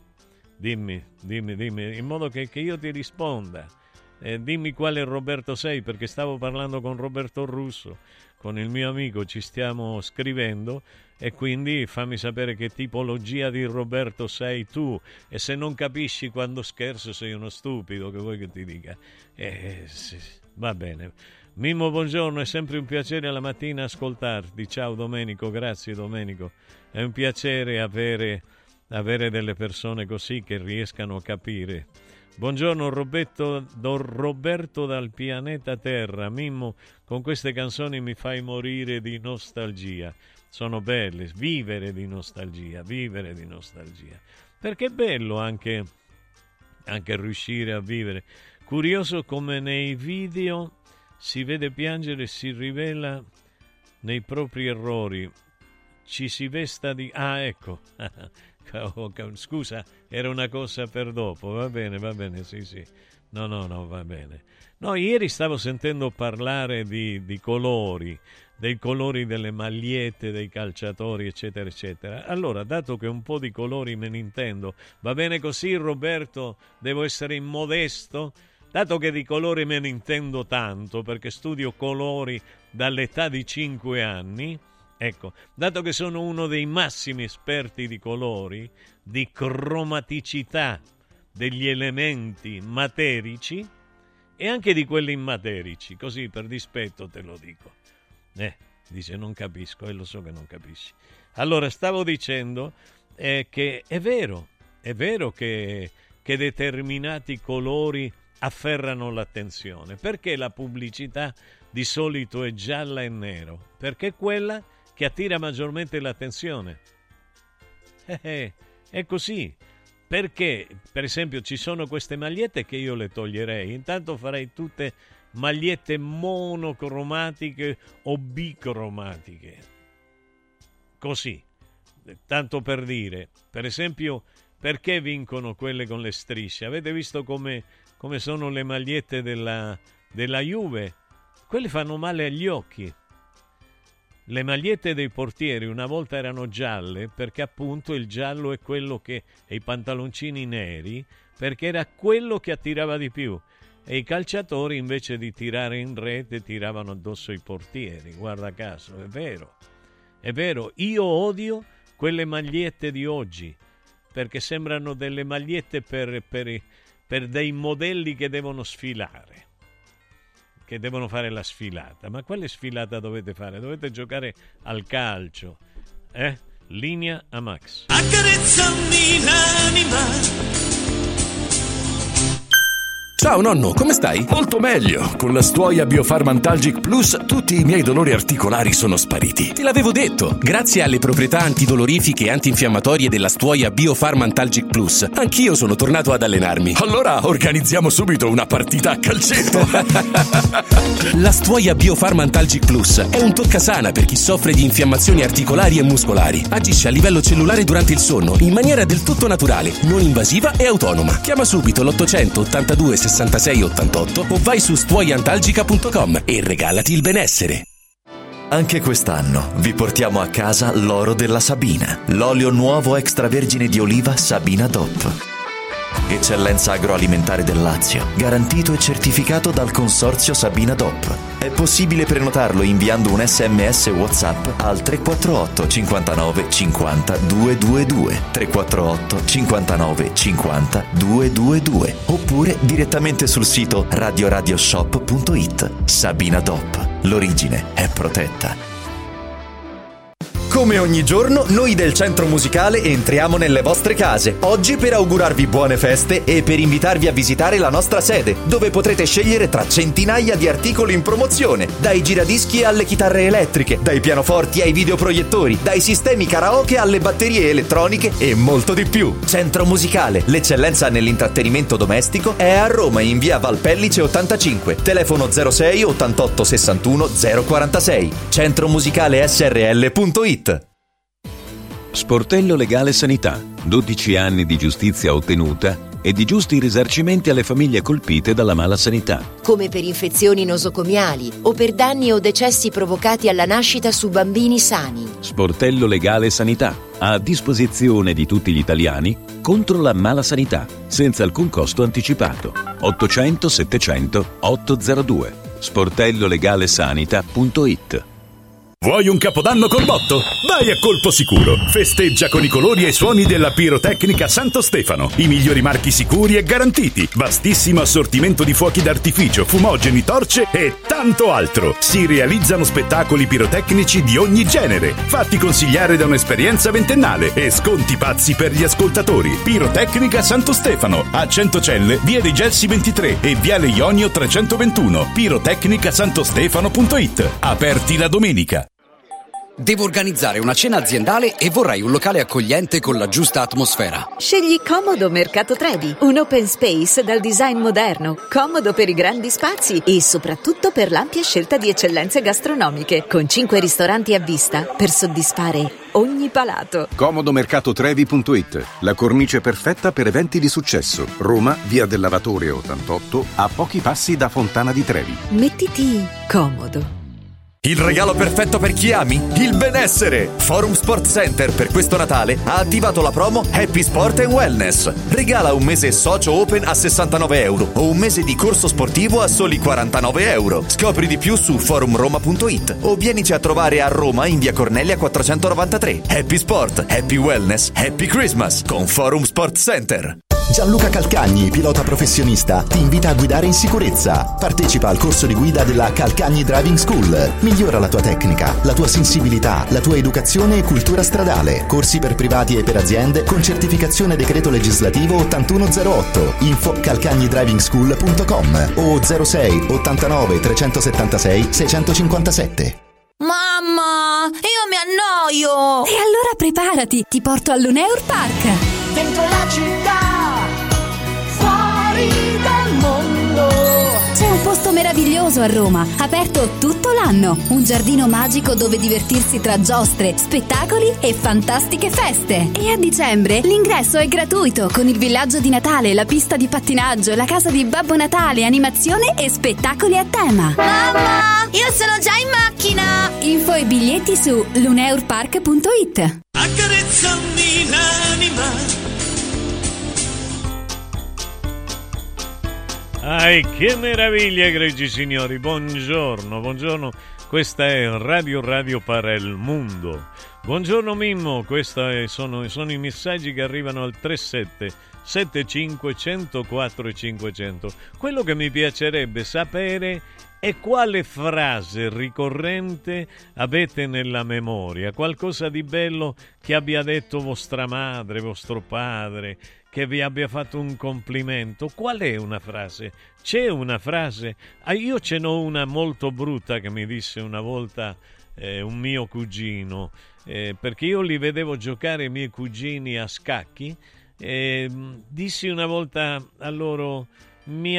in modo che io ti risponda. Dimmi quale Roberto sei, perché stavo parlando con Roberto Russo, con il mio amico, ci stiamo scrivendo, e quindi fammi sapere che tipologia di Roberto sei tu, e se non capisci quando scherzo sei uno stupido, che vuoi che ti dica? Sì, va bene. Mimmo, buongiorno, è sempre un piacere alla mattina ascoltarti. Ciao Domenico, grazie Domenico, è un piacere avere delle persone così che riescano a capire. Buongiorno Roberto dal pianeta Terra. Mimmo, con queste canzoni mi fai morire di nostalgia. Sono belle, vivere di nostalgia, perché è bello anche riuscire a vivere. Curioso come nei video si vede piangere e si rivela nei propri errori, ci si vesta di... ecco. Scusa, era una cosa per dopo, va bene, sì. No, va bene. No, ieri stavo sentendo parlare di colori, dei colori delle magliette dei calciatori, eccetera, eccetera. Allora, dato che un po' di colori me ne intendo, va bene così Roberto, devo essere immodesto? Dato che di colori me ne intendo tanto, perché studio colori dall'età di 5 anni, ecco, dato che sono uno dei massimi esperti di colori, di cromaticità degli elementi materici e anche di quelli immaterici, così per dispetto te lo dico. Dice non capisco, e lo so che non capisci. Allora, stavo dicendo che è vero che determinati colori afferrano l'attenzione. Perché la pubblicità di solito è gialla e nero? Perché è quella che attira maggiormente l'attenzione. È così. Perché, per esempio, ci sono queste magliette che io le toglierei. Intanto farei tutte magliette monocromatiche o bicromatiche. Così. Tanto per dire. Per esempio, perché vincono quelle con le strisce? Avete visto come sono le magliette della Juve? Quelle fanno male agli occhi. Le magliette dei portieri una volta erano gialle, perché appunto il giallo è quello che... e i pantaloncini neri, perché era quello che attirava di più. e i calciatori invece di tirare in rete tiravano addosso i portieri. Guarda caso, è vero, io odio quelle magliette di oggi perché sembrano delle magliette per dei modelli che devono sfilare, che devono fare la sfilata. Ma quale sfilata dovete fare? Dovete giocare al calcio, Linea a Max. Accarezzami l'anima. Ciao nonno, come stai? Molto meglio. Con la Stuoia Biofarmantalgic Plus tutti i miei dolori articolari sono spariti. Te l'avevo detto. Grazie alle proprietà antidolorifiche e antinfiammatorie della Stuoia Biofarmantalgic Plus, anch'io sono tornato ad allenarmi. Allora organizziamo subito una partita a calcetto. La Stuoia Biofarmantalgic Plus è un toccasana per chi soffre di infiammazioni articolari e muscolari. Agisce a livello cellulare durante il sonno in maniera del tutto naturale, non invasiva e autonoma. Chiama subito l'882 66 88 o vai su stuoiantalgica.com e regalati il benessere. Anche quest'anno vi portiamo a casa l'oro della Sabina, l'olio nuovo extravergine di oliva Sabina DOP. Eccellenza agroalimentare del Lazio, garantito e certificato dal consorzio Sabina DOP. È possibile prenotarlo inviando un SMS WhatsApp al 348 59 50 222 348 59 50 222 oppure direttamente sul sito radioradioshop.it. Sabina DOP, l'origine è protetta. Come ogni giorno, noi del Centro Musicale entriamo nelle vostre case. Oggi per augurarvi buone feste e per invitarvi a visitare la nostra sede, dove potrete scegliere tra centinaia di articoli in promozione, dai giradischi alle chitarre elettriche, dai pianoforti ai videoproiettori, dai sistemi karaoke alle batterie elettroniche e molto di più. Centro Musicale, l'eccellenza nell'intrattenimento domestico, è a Roma in via Valpellice 85, telefono 06 88 61 046, centromusicalesrl.it. Sportello Legale Sanità, 12 anni di giustizia ottenuta e di giusti risarcimenti alle famiglie colpite dalla mala sanità. Come per infezioni nosocomiali o per danni o decessi provocati alla nascita su bambini sani. Sportello Legale Sanità, a disposizione di tutti gli italiani contro la mala sanità, senza alcun costo anticipato. 800 700 802. sportellolegalesanita.it. Vuoi un capodanno col botto? Vai a Colpo Sicuro. Festeggia con i colori e i suoni della pirotecnica Santo Stefano. I migliori marchi sicuri e garantiti. Vastissimo assortimento di fuochi d'artificio, fumogeni, torce e tanto altro. Si realizzano spettacoli pirotecnici di ogni genere. Fatti consigliare da un'esperienza ventennale e sconti pazzi per gli ascoltatori. Pirotecnica Santo Stefano. A Centocelle, via dei Gelsi 23 e viale Ionio 321. pirotecnicasantostefano.it. Aperti la domenica. Devo organizzare una cena aziendale e vorrei un locale accogliente con la giusta atmosfera. Scegli Comodo Mercato Trevi, un open space dal design moderno, comodo per i grandi spazi e soprattutto per l'ampia scelta di eccellenze gastronomiche, con 5 ristoranti a vista per soddisfare ogni palato. Comodomercatotrevi.it, la cornice perfetta per eventi di successo. Roma, via del Lavatore 88, a pochi passi da Fontana di Trevi. Mettiti comodo. Il regalo perfetto per chi ami? Il benessere! Forum Sport Center per questo Natale ha attivato la promo Happy Sport and Wellness. Regala un mese socio open a €69 o un mese di corso sportivo a soli €49. Scopri di più su forumroma.it o vienici a trovare a Roma in via Cornelia 493. Happy Sport, Happy Wellness, Happy Christmas con Forum Sport Center. Gianluca Calcagni, pilota professionista, ti invita a guidare in sicurezza. Partecipa al corso di guida della Calcagni Driving School. Migliora la tua tecnica, la tua sensibilità, la tua educazione e cultura stradale. Corsi per privati e per aziende con certificazione decreto legislativo 8108. Info calcagnidrivingschool.com o 06 89 376 657. Mamma, io mi annoio! E allora preparati, ti porto al Luneur Park. Dentro la città, fuori dal mondo. C'è un posto meraviglioso a Roma, aperto tutto l'anno. Un giardino magico dove divertirsi tra giostre, spettacoli e fantastiche feste. E a dicembre l'ingresso è gratuito con il villaggio di Natale, la pista di pattinaggio, la casa di Babbo Natale, animazione e spettacoli a tema. Mamma, io sono già in macchina! Info e biglietti su luneurpark.it. Accarezzami l'anima. Che meraviglia, egregi signori, buongiorno, questa è Radio para il mondo. Buongiorno Mimmo, sono i messaggi che arrivano al 3775 104 e 500. Quello che mi piacerebbe sapere è quale frase ricorrente avete nella memoria, qualcosa di bello che abbia detto vostra madre, vostro padre, che vi abbia fatto un complimento. Qual è una frase? C'è una frase? Io ce n'ho una molto brutta che mi disse una volta un mio cugino, perché io li vedevo giocare, i miei cugini, a scacchi, dissi una volta a loro: mi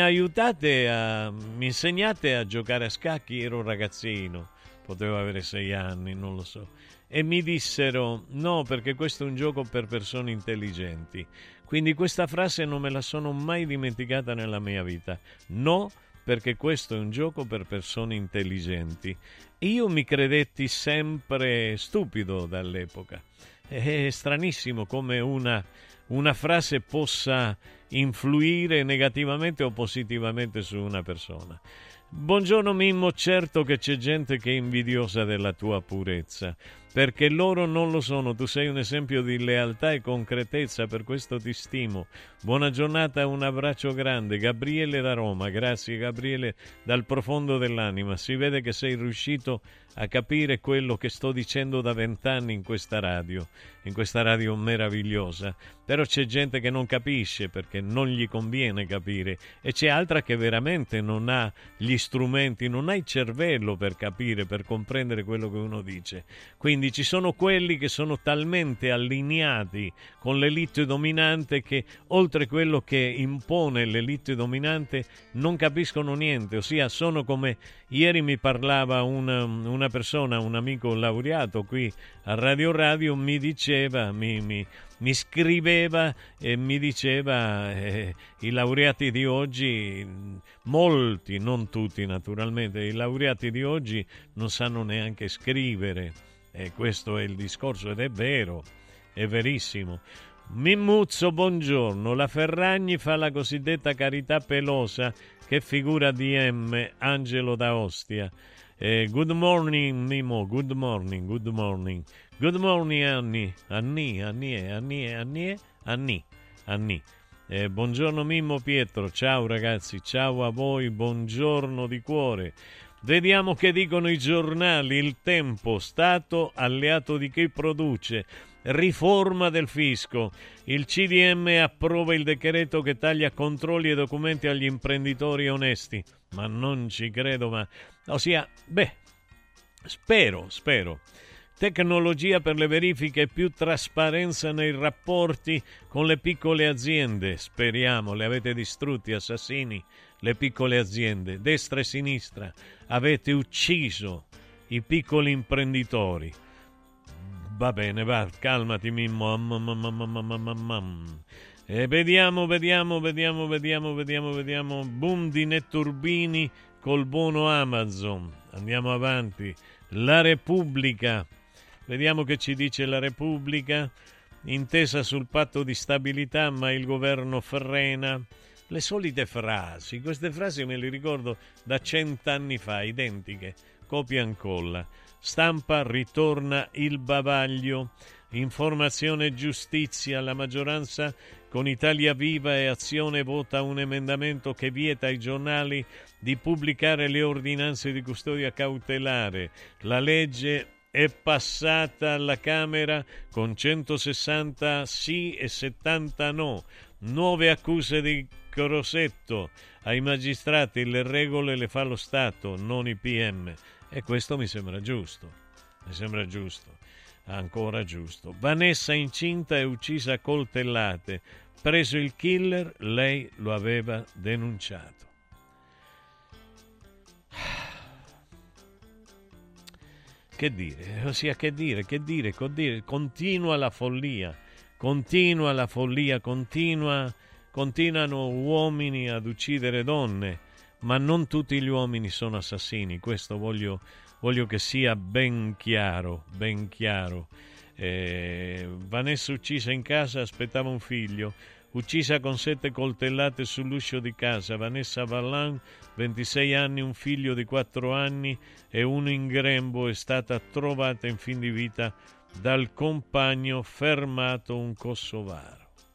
insegnate a giocare a scacchi? Ero ragazzino, potevo avere 6 anni, non lo so. E mi dissero: no, perché questo è un gioco per persone intelligenti. Quindi questa frase non me la sono mai dimenticata nella mia vita. No, perché questo è un gioco per persone intelligenti. Io mi credetti sempre stupido dall'epoca. È stranissimo come una frase possa influire negativamente o positivamente su una persona. Buongiorno Mimmo, certo che c'è gente che è invidiosa della tua purezza, perché loro non lo sono. Tu sei un esempio di lealtà e concretezza, per questo ti stimo. Buona giornata, un abbraccio grande. Gabriele da Roma. Grazie Gabriele, dal profondo dell'anima. Si vede che sei riuscito a capire quello che sto dicendo da 20 anni in questa radio meravigliosa. Però c'è gente che non capisce perché non gli conviene capire, e c'è altra che veramente non ha gli strumenti, non ha il cervello per capire, per comprendere quello che uno dice. Quindi ci sono quelli che sono talmente allineati con l'elite dominante che oltre quello che impone l'elite dominante non capiscono niente, ossia sono come ieri mi parlava una persona, un amico laureato qui a Radio, mi diceva, mi scriveva e mi diceva i laureati di oggi, molti, non tutti naturalmente, i laureati di oggi non sanno neanche scrivere, e questo è il discorso, ed è vero, è verissimo. Mimmuzzo, buongiorno. La Ferragni fa la cosiddetta carità pelosa, che figura di M. Angelo da Ostia. Good morning Mimmo, good morning. Good morning Anni. Buongiorno Mimmo, Pietro. Ciao ragazzi, ciao a voi, buongiorno di cuore. Vediamo che dicono i giornali. Il Tempo, Stato alleato di chi produce. Riforma del fisco. Il CDM approva il decreto che taglia controlli e documenti agli imprenditori onesti. Ma non ci credo, spero. Tecnologia per le verifiche e più trasparenza nei rapporti con le piccole aziende. Speriamo, le avete distrutti, assassini, le piccole aziende. Destra e sinistra, avete ucciso i piccoli imprenditori. Va bene, va, calmati Mimmo. Vediamo. Boom di netturbini col buono Amazon. Andiamo avanti. La Repubblica. Vediamo che ci dice la Repubblica. Intesa sul patto di stabilità, ma il governo frena. Le solite frasi. Queste frasi me le ricordo da 100 anni fa, identiche. Copia e incolla. Stampa, ritorna il bavaglio. Informazione e giustizia. La maggioranza con Italia Viva e Azione vota un emendamento che vieta ai giornali di pubblicare le ordinanze di custodia cautelare. La legge è passata alla Camera con 160 sì e 70 no. Nuove accuse di Crosetto. Ai magistrati le regole le fa lo Stato, non i PM. E questo mi sembra giusto. Ancora giusto. Vanessa incinta e uccisa a coltellate. Preso il killer, lei lo aveva denunciato. Che dire? Continua la follia. Continuano uomini ad uccidere donne, ma non tutti gli uomini sono assassini. Questo voglio che sia ben chiaro. Vanessa uccisa in casa, aspettava un figlio. uccisa con 7 coltellate sull'uscio di casa. Vanessa Vallan, 26 anni, un figlio di 4 anni e uno in grembo, è stata trovata in fin di vita dal compagno, fermato un kosovaro.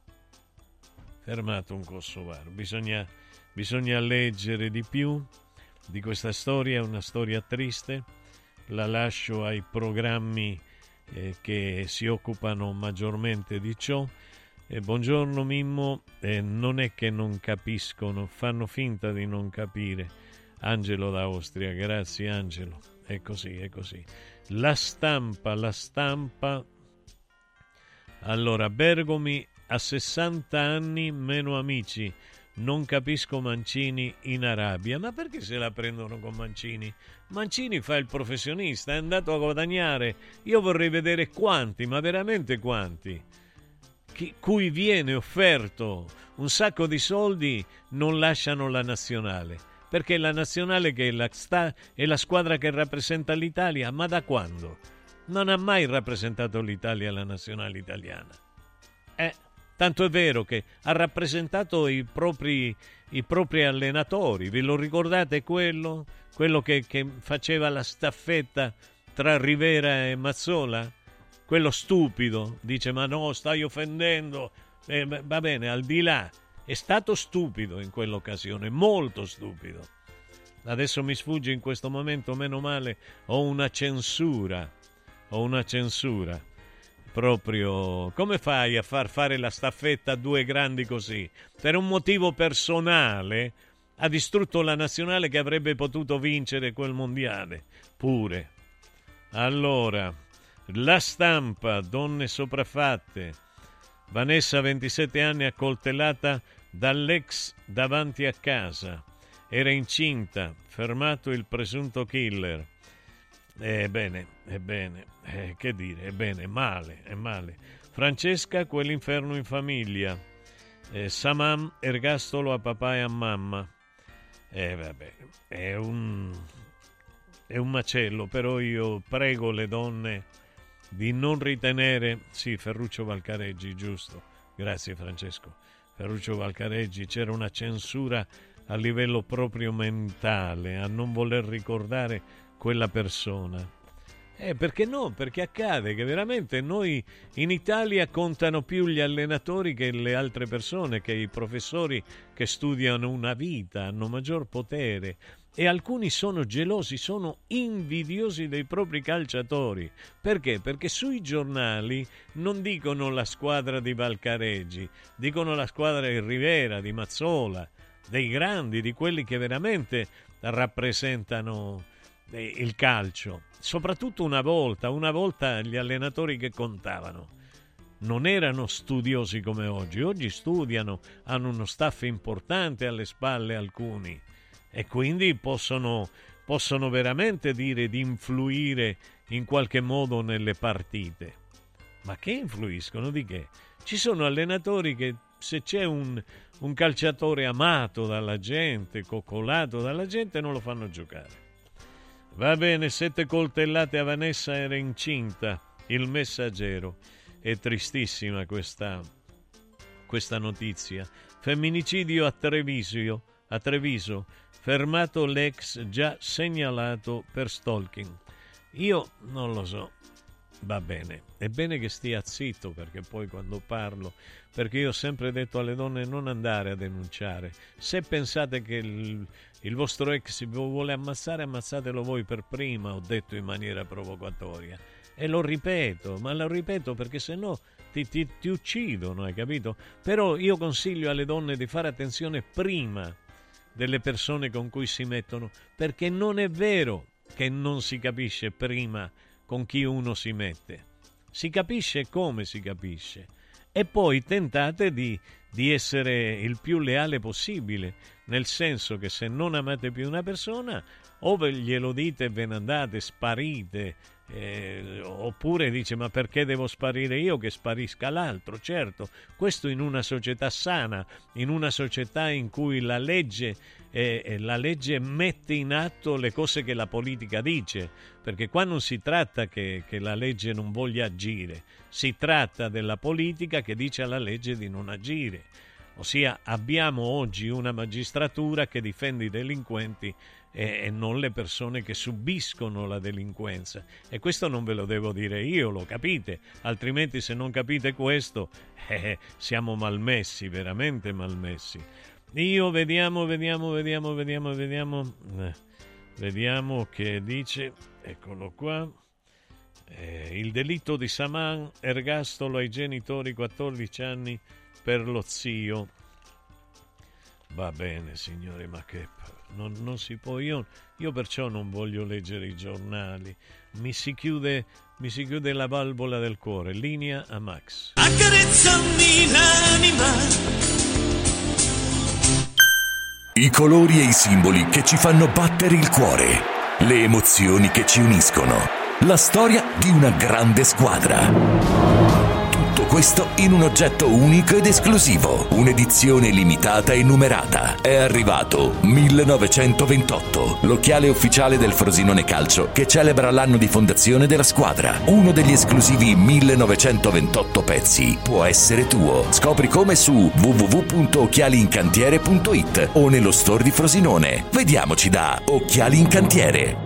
Bisogna leggere di più di questa storia, è una storia triste. La lascio ai programmi che si occupano maggiormente di ciò. Buongiorno Mimmo, non è che non capiscono, fanno finta di non capire. Angelo da Austria, grazie Angelo, è così. La stampa. Allora, Bergomi a 60 anni, meno amici. Non capisco Mancini in Arabia. Ma perché se la prendono con Mancini? Mancini fa il professionista, è andato a guadagnare. Io vorrei vedere quanti, ma veramente quanti, cui viene offerto un sacco di soldi, non lasciano la nazionale. Perché la nazionale, che è la squadra che rappresenta l'Italia, ma da quando? Non ha mai rappresentato l'Italia, la nazionale italiana. Tanto è vero che ha rappresentato i propri allenatori. Vi lo ricordate quello che faceva la staffetta tra Rivera e Mazzola? Quello stupido, dice ma no, stai offendendo. Va bene, al di là, è stato stupido in quell'occasione, molto stupido. Adesso mi sfugge in questo momento, meno male, ho una censura. Proprio, come fai a far fare la staffetta a due grandi così? Per un motivo personale ha distrutto la nazionale che avrebbe potuto vincere quel mondiale pure. Allora, La Stampa, donne sopraffatte. Vanessa, 27 anni, accoltellata dall'ex davanti a casa. Era incinta, fermato il presunto killer. Ebbene, che dire, è male. Francesca, quell'inferno in famiglia. Samam, ergastolo a papà e a mamma. Vabbè, è un macello, però io prego le donne di non ritenere... Sì, Ferruccio Valcareggi, giusto. Grazie Francesco. Ferruccio Valcareggi, c'era una censura a livello proprio mentale, a non voler ricordare quella persona. Perché no? Perché accade che veramente noi in Italia contano più gli allenatori che le altre persone, che i professori che studiano una vita, hanno maggior potere, e alcuni sono gelosi, sono invidiosi dei propri calciatori. Perché? Perché sui giornali non dicono la squadra di Valcareggi, dicono la squadra di Rivera, di Mazzola, dei grandi, di quelli che veramente rappresentano il calcio. Soprattutto una volta gli allenatori che contavano non erano studiosi come oggi studiano, hanno uno staff importante alle spalle alcuni, e quindi possono veramente dire di influire in qualche modo nelle partite. Ma che influiscono? Di che? Ci sono allenatori che, se c'è un calciatore amato dalla gente, coccolato dalla gente, non lo fanno giocare. Va bene, 7 coltellate a Vanessa, era incinta. Il Messaggero. È tristissima questa notizia. Femminicidio a Treviso. Fermato l'ex già segnalato per stalking. Io non lo so. Va bene, è bene che stia zitto, perché poi quando parlo, perché io ho sempre detto alle donne non andare a denunciare. Se pensate che il vostro ex vi vuole ammazzare, ammazzatelo voi per prima, ho detto in maniera provocatoria, e lo ripeto perché sennò ti uccidono, hai capito? Però io consiglio alle donne di fare attenzione prima delle persone con cui si mettono, perché non è vero che non si capisce prima con chi uno si mette. Si capisce come si capisce. E poi tentate di essere il più leale possibile. nel senso che se non amate più una persona, o glielo dite e ve ne andate, sparite, oppure dice: ma perché devo sparire io, che sparisca l'altro? Certo, questo in una società sana, in una società in cui la legge mette in atto le cose che la politica dice, perché qua non si tratta che la legge non voglia agire, si tratta della politica che dice alla legge di non agire. Ossia, abbiamo oggi una magistratura che difende i delinquenti e non le persone che subiscono la delinquenza. E questo non ve lo devo dire io, lo capite, altrimenti se non capite questo siamo malmessi, veramente malmessi. Io vediamo che dice, eccolo qua, il delitto di Saman, ergastolo ai genitori, 14 anni per lo zio. Va bene, signore, ma che non si può, io perciò non voglio leggere i giornali, mi si chiude la valvola del cuore. Linea a Max. Accarezzami l'anima. I colori e i simboli che ci fanno battere il cuore, le emozioni che ci uniscono, la storia di una grande squadra. Tutto questo in un oggetto unico ed esclusivo, un'edizione limitata e numerata. È arrivato 1928, l'occhiale ufficiale del Frosinone Calcio che celebra l'anno di fondazione della squadra. Uno degli esclusivi 1928 pezzi può essere tuo. Scopri come su www.occhialiincantiere.it o nello store di Frosinone. Vediamoci da Occhiali in Cantiere.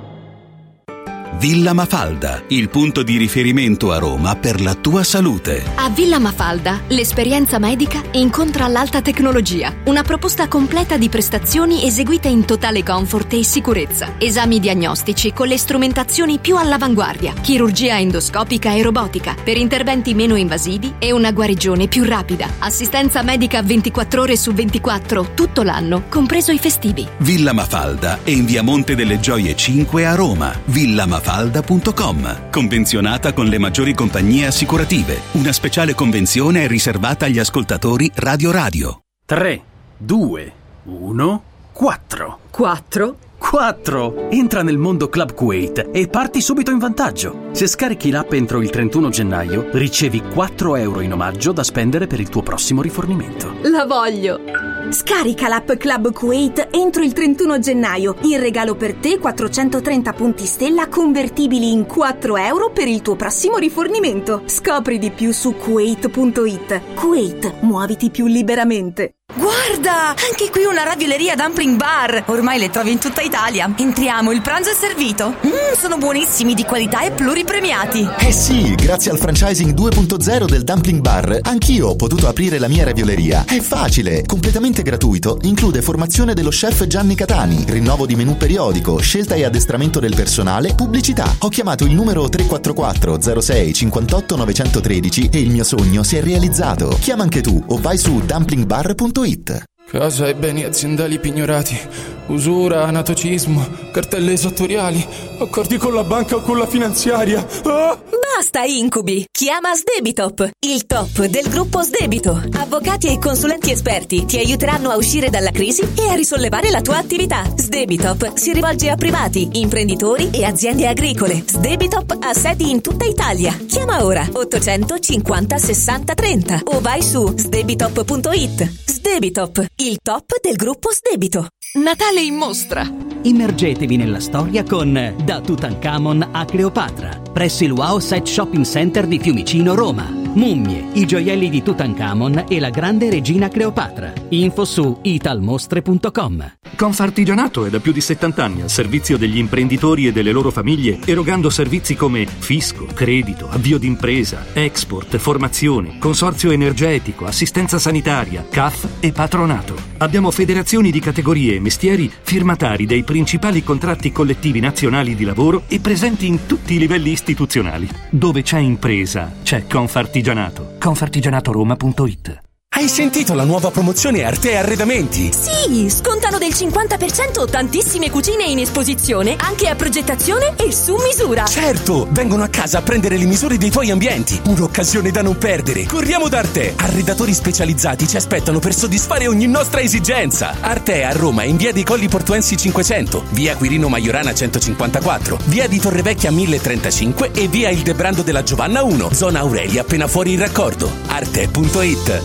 Villa Mafalda, il punto di riferimento a Roma per la tua salute. A Villa Mafalda, l'esperienza medica incontra l'alta tecnologia. Una proposta completa di prestazioni eseguite in totale comfort e sicurezza. Esami diagnostici con le strumentazioni più all'avanguardia. Chirurgia endoscopica e robotica per interventi meno invasivi e una guarigione più rapida. Assistenza medica 24 ore su 24 tutto l'anno, compreso i festivi. Villa Mafalda è in via Monte delle Gioie 5 a Roma. villamafalda.com. Convenzionata con le maggiori compagnie assicurative. Una speciale convenzione è riservata agli ascoltatori Radio. 3, 2, 1, 4. 4? 4! Entra nel mondo Club Kuwait e parti subito in vantaggio. Se scarichi l'app entro il 31 gennaio, ricevi 4 euro in omaggio da spendere per il tuo prossimo rifornimento. La voglio! Scarica l'app Club Kuwait entro il 31 gennaio. In regalo per te 430 punti stella convertibili in 4 euro per il tuo prossimo rifornimento. Scopri di più su kuwait.it. Kuwait, muoviti più liberamente. Guarda, anche qui una ravioleria Dumpling Bar. Ormai le trovi in tutta Italia. Entriamo, il pranzo è servito. Sono buonissimi, di qualità e pluripremiati. Eh sì, grazie al franchising 2.0 del Dumpling Bar, anch'io ho potuto aprire la mia ravioleria. È facile, completamente gratuito, include formazione dello chef Gianni Catani, rinnovo di menù periodico, scelta e addestramento del personale, pubblicità. Ho chiamato il numero 344 06 58 913 e il mio sogno si è realizzato. Chiama anche tu o vai su dumplingbar.it. Casa e beni aziendali pignorati, usura, anatocismo, cartelle esattoriali, accordi con la banca o con la finanziaria. Basta incubi! Chiama Sdebitop, il top del gruppo Sdebito. Avvocati e consulenti esperti ti aiuteranno a uscire dalla crisi e a risollevare la tua attività. Sdebitop si rivolge a privati, imprenditori e aziende agricole. Sdebitop ha sedi in tutta Italia. Chiama ora 850 60 30 o vai su sdebitop.it. Sdebitop, il top del gruppo Sdebito. Natale in mostra. Immergetevi nella storia con Da Tutankhamon a Cleopatra, presso il Wow Site Shopping Center di Fiumicino, Roma. Mummie, i gioielli di Tutankhamon e la grande regina Cleopatra. Info su italmostre.com. Confartigianato è da più di 70 anni al servizio degli imprenditori e delle loro famiglie, erogando servizi come fisco, credito, avvio d'impresa, export, formazione, consorzio energetico, assistenza sanitaria, CAF e patronato. Abbiamo federazioni di categorie e mestieri firmatari dei principali contratti collettivi nazionali di lavoro e presenti in tutti i livelli istituzionali. Dove c'è impresa, c'è Confartigianato. Confartigianatoroma.it. Hai sentito la nuova promozione Arte Arredamenti? Sì, scontano del 50% tantissime cucine in esposizione, anche a progettazione e su misura. Certo, vengono a casa a prendere le misure dei tuoi ambienti. Un'occasione da non perdere. Corriamo da Arte. Arredatori specializzati ci aspettano per soddisfare ogni nostra esigenza. Arte a Roma, in via dei Colli Portuensi 500, via Quirino Maiorana 154, via di Torrevecchia 1035 e via Ildebrando della Giovanna 1, zona Aurelia, appena fuori il raccordo. Arte.it.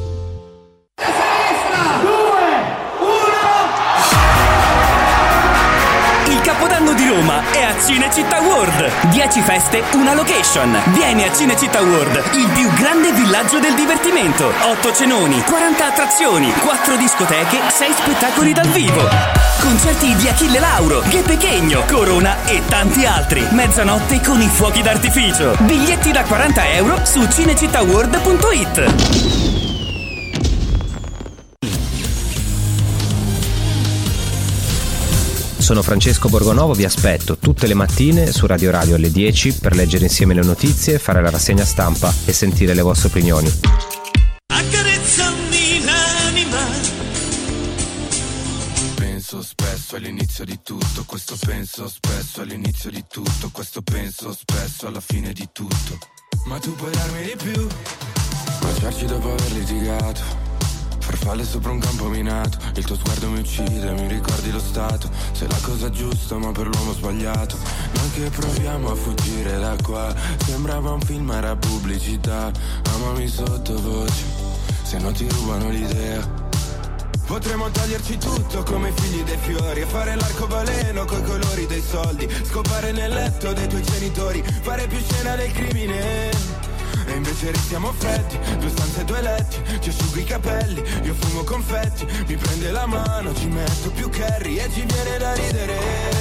Di Roma è a Cinecittà World. 10 feste, una location. Vieni a Cinecittà World, il più grande villaggio del divertimento. 8 cenoni, 40 attrazioni, 4 discoteche, 6 spettacoli dal vivo. Concerti di Achille Lauro, Che Pechegno, Corona e tanti altri. Mezzanotte con i fuochi d'artificio. Biglietti da €40 su cinecittàworld.it. Sono Francesco Borgonovo, vi aspetto tutte le mattine su Radio Radio alle 10 per leggere insieme le notizie, fare la rassegna stampa e sentire le vostre opinioni. Accarezzami l'anima. Penso spesso all'inizio di tutto, questo penso spesso all'inizio di tutto, questo penso spesso alla fine di tutto. Ma tu puoi darmi di più, baciarci dopo aver litigato, farfalle sopra un campo minato, il tuo sguardo mi uccide, mi ricordi lo stato, sei la cosa giusta ma per l'uomo sbagliato, noi che proviamo a fuggire da qua, sembrava un film, era pubblicità, amami sottovoce, se no ti rubano l'idea. Potremmo toglierci tutto come figli dei fiori e fare l'arcobaleno coi colori dei soldi, scopare nel letto dei tuoi genitori, fare più scena del crimine. E invece restiamo freddi, 2 stanze, 2 letti, ci asciugo i capelli, io fumo confetti, mi prende la mano, ci metto più curry e ci viene da ridere.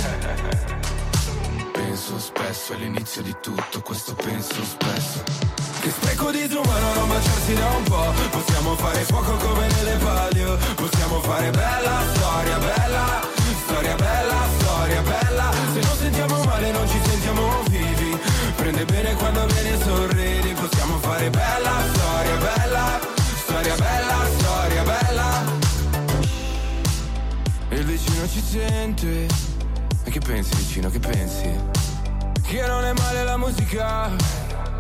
Penso spesso all'inizio di tutto, questo penso spesso. Che spreco disumano non baciarsi da un po', possiamo fare fuoco come nelle palio, possiamo fare bella storia bella, storia bella, storia bella. Se non sentiamo male non ci sentiamo vivi, prende bene quando viene sorridi, possiamo fare bella storia bella, storia bella, storia bella. E il vicino ci sente, e che pensi vicino, che pensi? Che non è male la musica.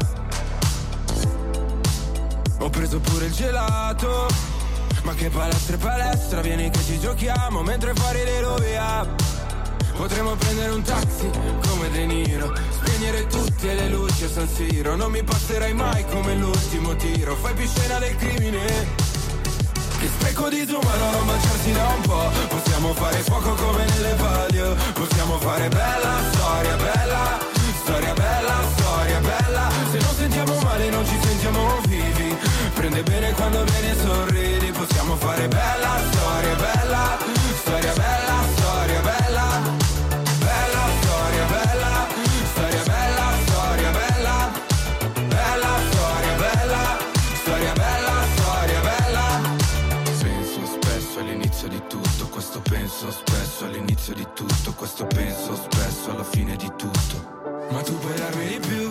Ho preso pure il gelato, ma che palestra e palestra, vieni che ci giochiamo mentre fuori le rovia. Potremmo prendere un taxi come De Niro, spegnere tutte le luci a San Siro, non mi passerai mai come l'ultimo tiro, fai più scena del crimine. Che spreco disumano non baciarsi da un po', possiamo fare fuoco come nelle palio, possiamo fare bella storia bella, storia bella, storia bella. Se non sentiamo male non ci sentiamo vivi, prende bene quando viene e sorridi, possiamo fare bella storia bella, storia bella, storia bella. Bella storia bella, storia bella, storia bella. Bella storia bella, storia bella, storia bella. Penso spesso all'inizio di tutto, questo penso spesso all'inizio di tutto, questo penso spesso alla fine di tutto. Ma tu puoi darmi di più.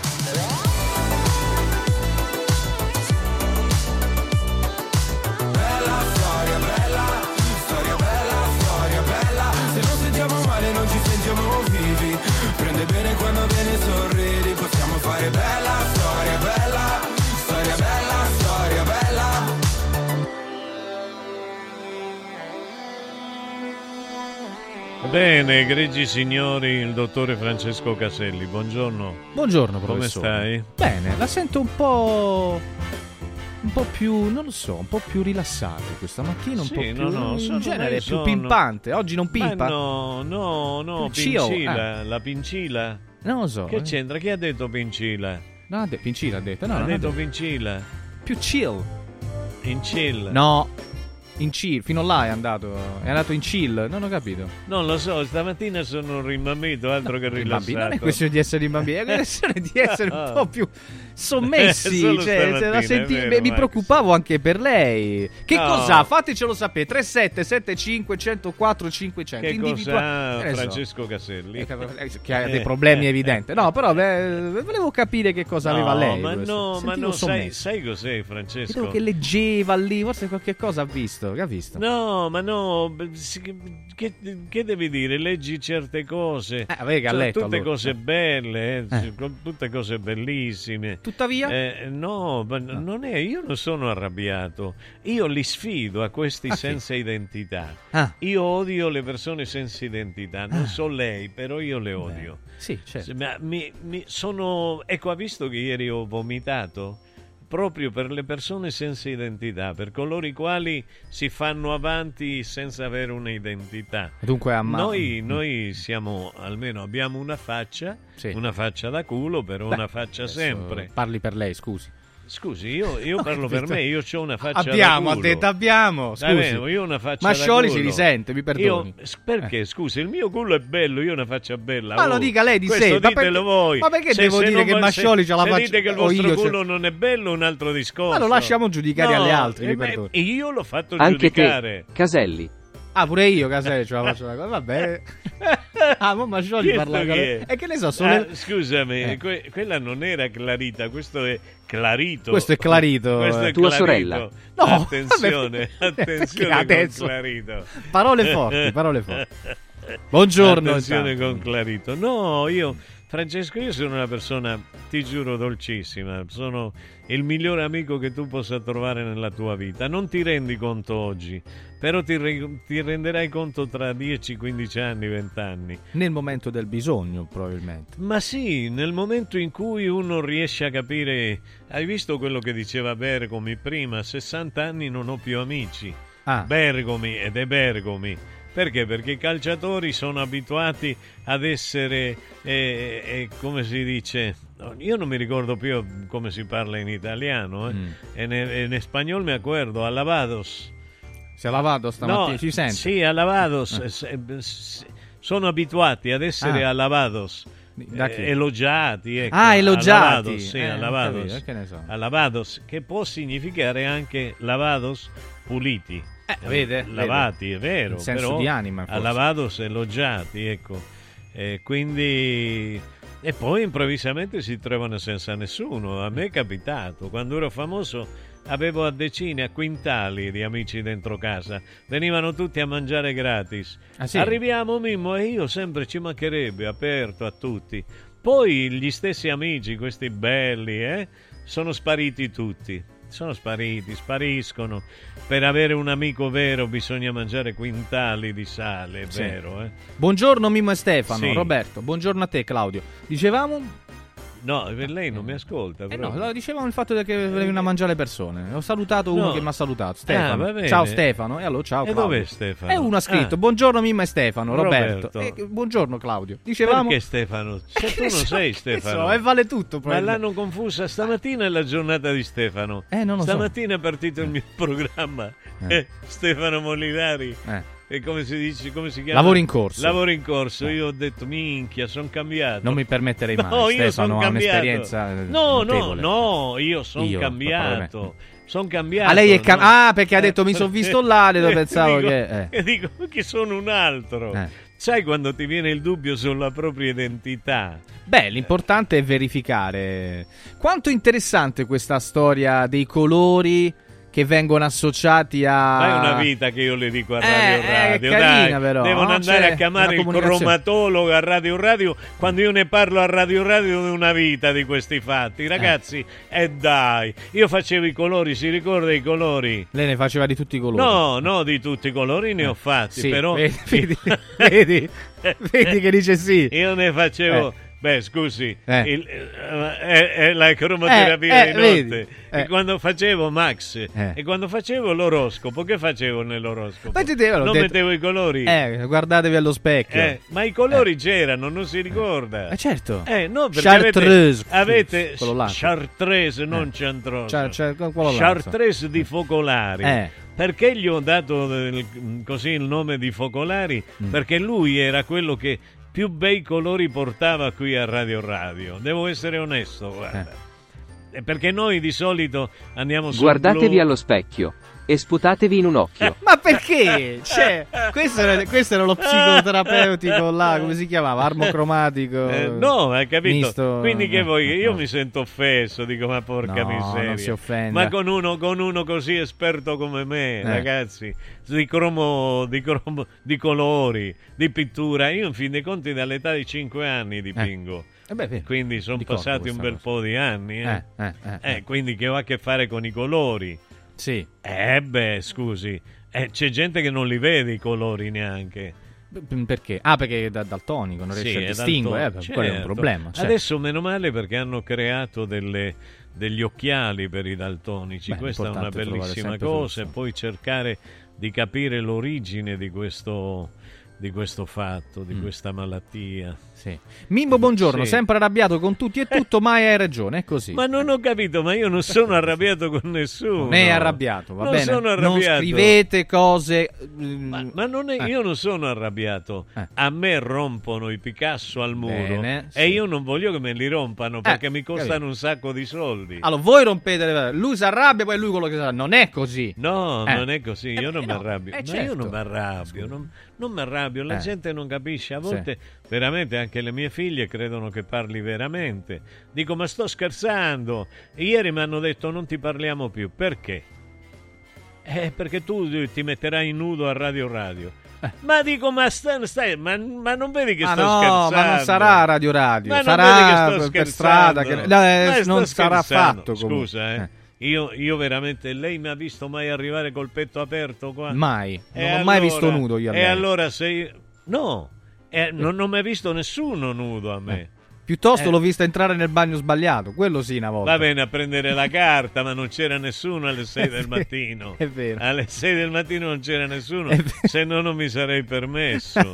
Bella storia bella, storia bella, storia bella. Se non sentiamo male non ci sentiamo vivi, prende bene quando viene e sorridi, possiamo fare bella storia bella, storia bella, storia bella. Bene, egregi signori, il dottore Francesco Caselli, buongiorno. Buongiorno, come professore. stai? Bene, la sento un po' più, non lo so, un po' più rilassata questa mattina, un Sì, po' più in genere più pimpante. Oggi non pimpa? No, pincila, la pincila. Non lo so. Che c'entra? Chi ha detto pincila? No, Pincila ha detto, no, ha non detto pincila. più chill. In chill. No. In chill, fino là è andato in chill, non ho capito. Non lo so, stamattina sono rimbambito, altro che rilassato. Non è questione di essere rimbambiti, è questione di essere un po' più sommessi. Mi preoccupavo anche per lei. Che cos'ha? Fatecelo sapere. 3775 104 500. Che cos'ha Francesco Caselli? Che ha dei problemi evidenti. No, però volevo capire che cosa aveva lei. Ma no, sai cos'è Francesco? Vedevo che leggeva lì, forse qualche cosa ha visto. Che ha visto? No, ma no, che devi dire? Leggi certe cose. Vedi, letto, tutte allora. cose belle, tutte cose bellissime. Tuttavia? No, ma non è, io non sono arrabbiato. Io li sfido a questi senza identità. Io odio le persone senza identità. Non so lei, però io le odio. Sì, certo. Ecco, ha visto che ieri ho vomitato? Proprio per le persone senza identità, per coloro i quali si fanno avanti senza avere un'identità. Dunque, noi siamo, almeno abbiamo una faccia da culo, però una faccia sempre. Parli per lei, scusi. Scusi, io parlo per me, io ho una faccia da culo. Ha detto abbiamo, scusi. Io ho una faccia Mascioli da culo. si risente, mi perdoni. Perché, scusi, il mio culo è bello, io ho una faccia bella. Ma lo dica lei di sé. Ditelo voi. Ma perché devo dire che Mascioli c'ha la faccia? Se dite che il vostro culo non è bello, un altro discorso. Ma lo lasciamo giudicare agli altri, mi perdoni. Io l'ho fatto anche giudicare. Te, Caselli. Pure io, Caselli, ce la faccio una cosa. Vabbè. Ma Mascioli parla con lei. E che ne so, scusami, quella non era Clarita, questo è Clarito. Questo è Clarito. Questo è tua Clarito. sorella. No, attenzione adesso. Con Clarito. Parole forti. Buongiorno. Attenzione con Clarito. No, Francesco, io sono una persona, ti giuro, dolcissima. Sono il migliore amico che tu possa trovare nella tua vita. Non ti rendi conto oggi, però ti renderai conto tra 10, 15 anni, 20 anni. Nel momento del bisogno, probabilmente. Ma sì, nel momento in cui uno riesce a capire. Hai visto quello che diceva Bergomi prima? 60 anni non ho più amici. Bergomi ed è Bergomi. Perché? Perché i calciatori sono abituati ad essere, come si dice, io non mi ricordo più come si parla in italiano, in spagnolo mi acuerdo, alabados. Si è lavato stamattina, no, si sente? Sì, alabados, sono abituati ad essere alabados. Elogiati, ecco. Elogiati. Alabados, che ne so. Alabados, che può significare anche lavados puliti. Lavati, è vero, in senso però di anima, forse. Lavados elogiati, ecco. Quindi e poi improvvisamente si trovano senza nessuno. A me è capitato, quando ero famoso avevo a decine, a quintali di amici dentro casa, venivano tutti a mangiare gratis. Sì? Arriviamo Mimmo e io sempre, ci mancherebbe, aperto a tutti. Poi gli stessi amici, questi belli, sono spariti tutti. Spariscono. Per avere un amico vero bisogna mangiare quintali di sale, è vero. Buongiorno Mimmo e Stefano, sì. Roberto, buongiorno a te Claudio. Dicevamo? No, lei non mi ascolta. No, dicevamo il fatto che venivano a mangiare le persone. Ho salutato uno che mi ha salutato, Stefano. Va bene. Ciao Stefano. E allora ciao Claudio. Dov'è Stefano? E uno ha scritto buongiorno Mimmo e Stefano, Roberto. Buongiorno Claudio. Dicevamo. Perché Stefano? Se tu non sei Stefano. E vale tutto. Ma l'hanno confusa. Stamattina è la giornata di Stefano. Non lo Stamattina è partito il mio programma. Stefano Molinari. E come si dice, come si chiama? Lavoro in corso. Lavoro in corso. Io ho detto, minchia, sono cambiato. Non mi permetterei mai. No, io Stefano ha un'esperienza notevole. No, io sono cambiato. Sono cambiato. Lei è perché ha detto mi sono visto là, pensavo che... E dico che sono un altro. Sai quando ti viene il dubbio sulla propria identità? Beh, l'importante è verificare. Quanto interessante questa storia dei colori che vengono associati a... Ma è una vita che io le dico a Radio, è carina, però, devono andare a chiamare il cromatologo a Radio quando io ne parlo a Radio di una vita di questi fatti, ragazzi. Dai, io facevo i colori, si ricorda i colori? Lei ne faceva di tutti i colori? No, di tutti i colori ne ho fatti, sì, però vedi che dice sì. Io ne facevo Beh, scusi, la cromoterapia di notte. E quando facevo Max e quando facevo l'oroscopo, che facevo nell'oroscopo? Mettevo i colori. Guardatevi allo specchio. Ma i colori c'erano, non si ricorda. Certo. No, perché Chartreuse. avete Chartreuse, non Ciantrosa. Chartreuse di focolari. Perché gli ho dato così il nome di Focolari? Perché lui era quello che più bei colori portava qui a Radio Radio. Devo essere onesto, guarda. Perché noi di solito andiamo sul Guardatevi blu. allo specchio e sputatevi in un occhio. Ma perché? Cioè, questo era lo psicoterapeutico là, come si chiamava? Armocromatico. No, hai capito? Misto, Quindi che vuoi? Io mi sento offeso, dico ma porca miseria. Non si offenda. Ma con uno così esperto come me, ragazzi, di colori, di pittura. Io in fin dei conti dall'età di 5 anni dipingo. Quindi sono passati un bel po' di anni. Quindi che ho a che fare con i colori. Sì. Scusi, c'è gente che non li vede i colori neanche. Perché? Perché è daltonico, non riesce a distinguere, quello è un problema. Certo. Adesso meno male perché hanno creato degli occhiali per i daltonici. Questa è una bellissima cosa, e poi cercare di capire l'origine di questo fatto, di questa malattia. Sì. Mimmo, buongiorno, sempre arrabbiato con tutti e tutto, ma hai ragione, è così. Ma non ho capito, ma io non sono arrabbiato con nessuno. Non è arrabbiato, va bene? Sono arrabbiato. Non scrivete cose. Ma non è, io non sono arrabbiato. A me rompono i Picasso al muro e io non voglio che me li rompano perché mi costano un sacco di soldi. Allora, voi rompete, lui si arrabbia, poi lui quello che sa. Non è così. No, non è così. Io non mi arrabbio. Ma certo. io non mi arrabbio. Non mi arrabbio. La gente non capisce. A volte veramente anche le mie figlie credono che parli veramente. Dico, ma sto scherzando. Ieri mi hanno detto non ti parliamo più. Perché? Perché tu ti metterai nudo a Radio Radio. Ma dico, ma non vedi che sto scherzando? Ma non sarà Radio Radio, ma sarà per strada, non sarà fatto. Scusa, Io veramente, lei mi ha visto mai arrivare col petto aperto qua? Mai, non ho mai visto nudo io a lei. E allora no, non mi ha visto nessuno nudo a me. Piuttosto l'ho vista entrare nel bagno sbagliato, quello sì una volta. Va bene, a prendere la carta, ma non c'era nessuno alle 6 del mattino. È vero. Alle 6 del mattino non c'era nessuno, se no non mi sarei permesso.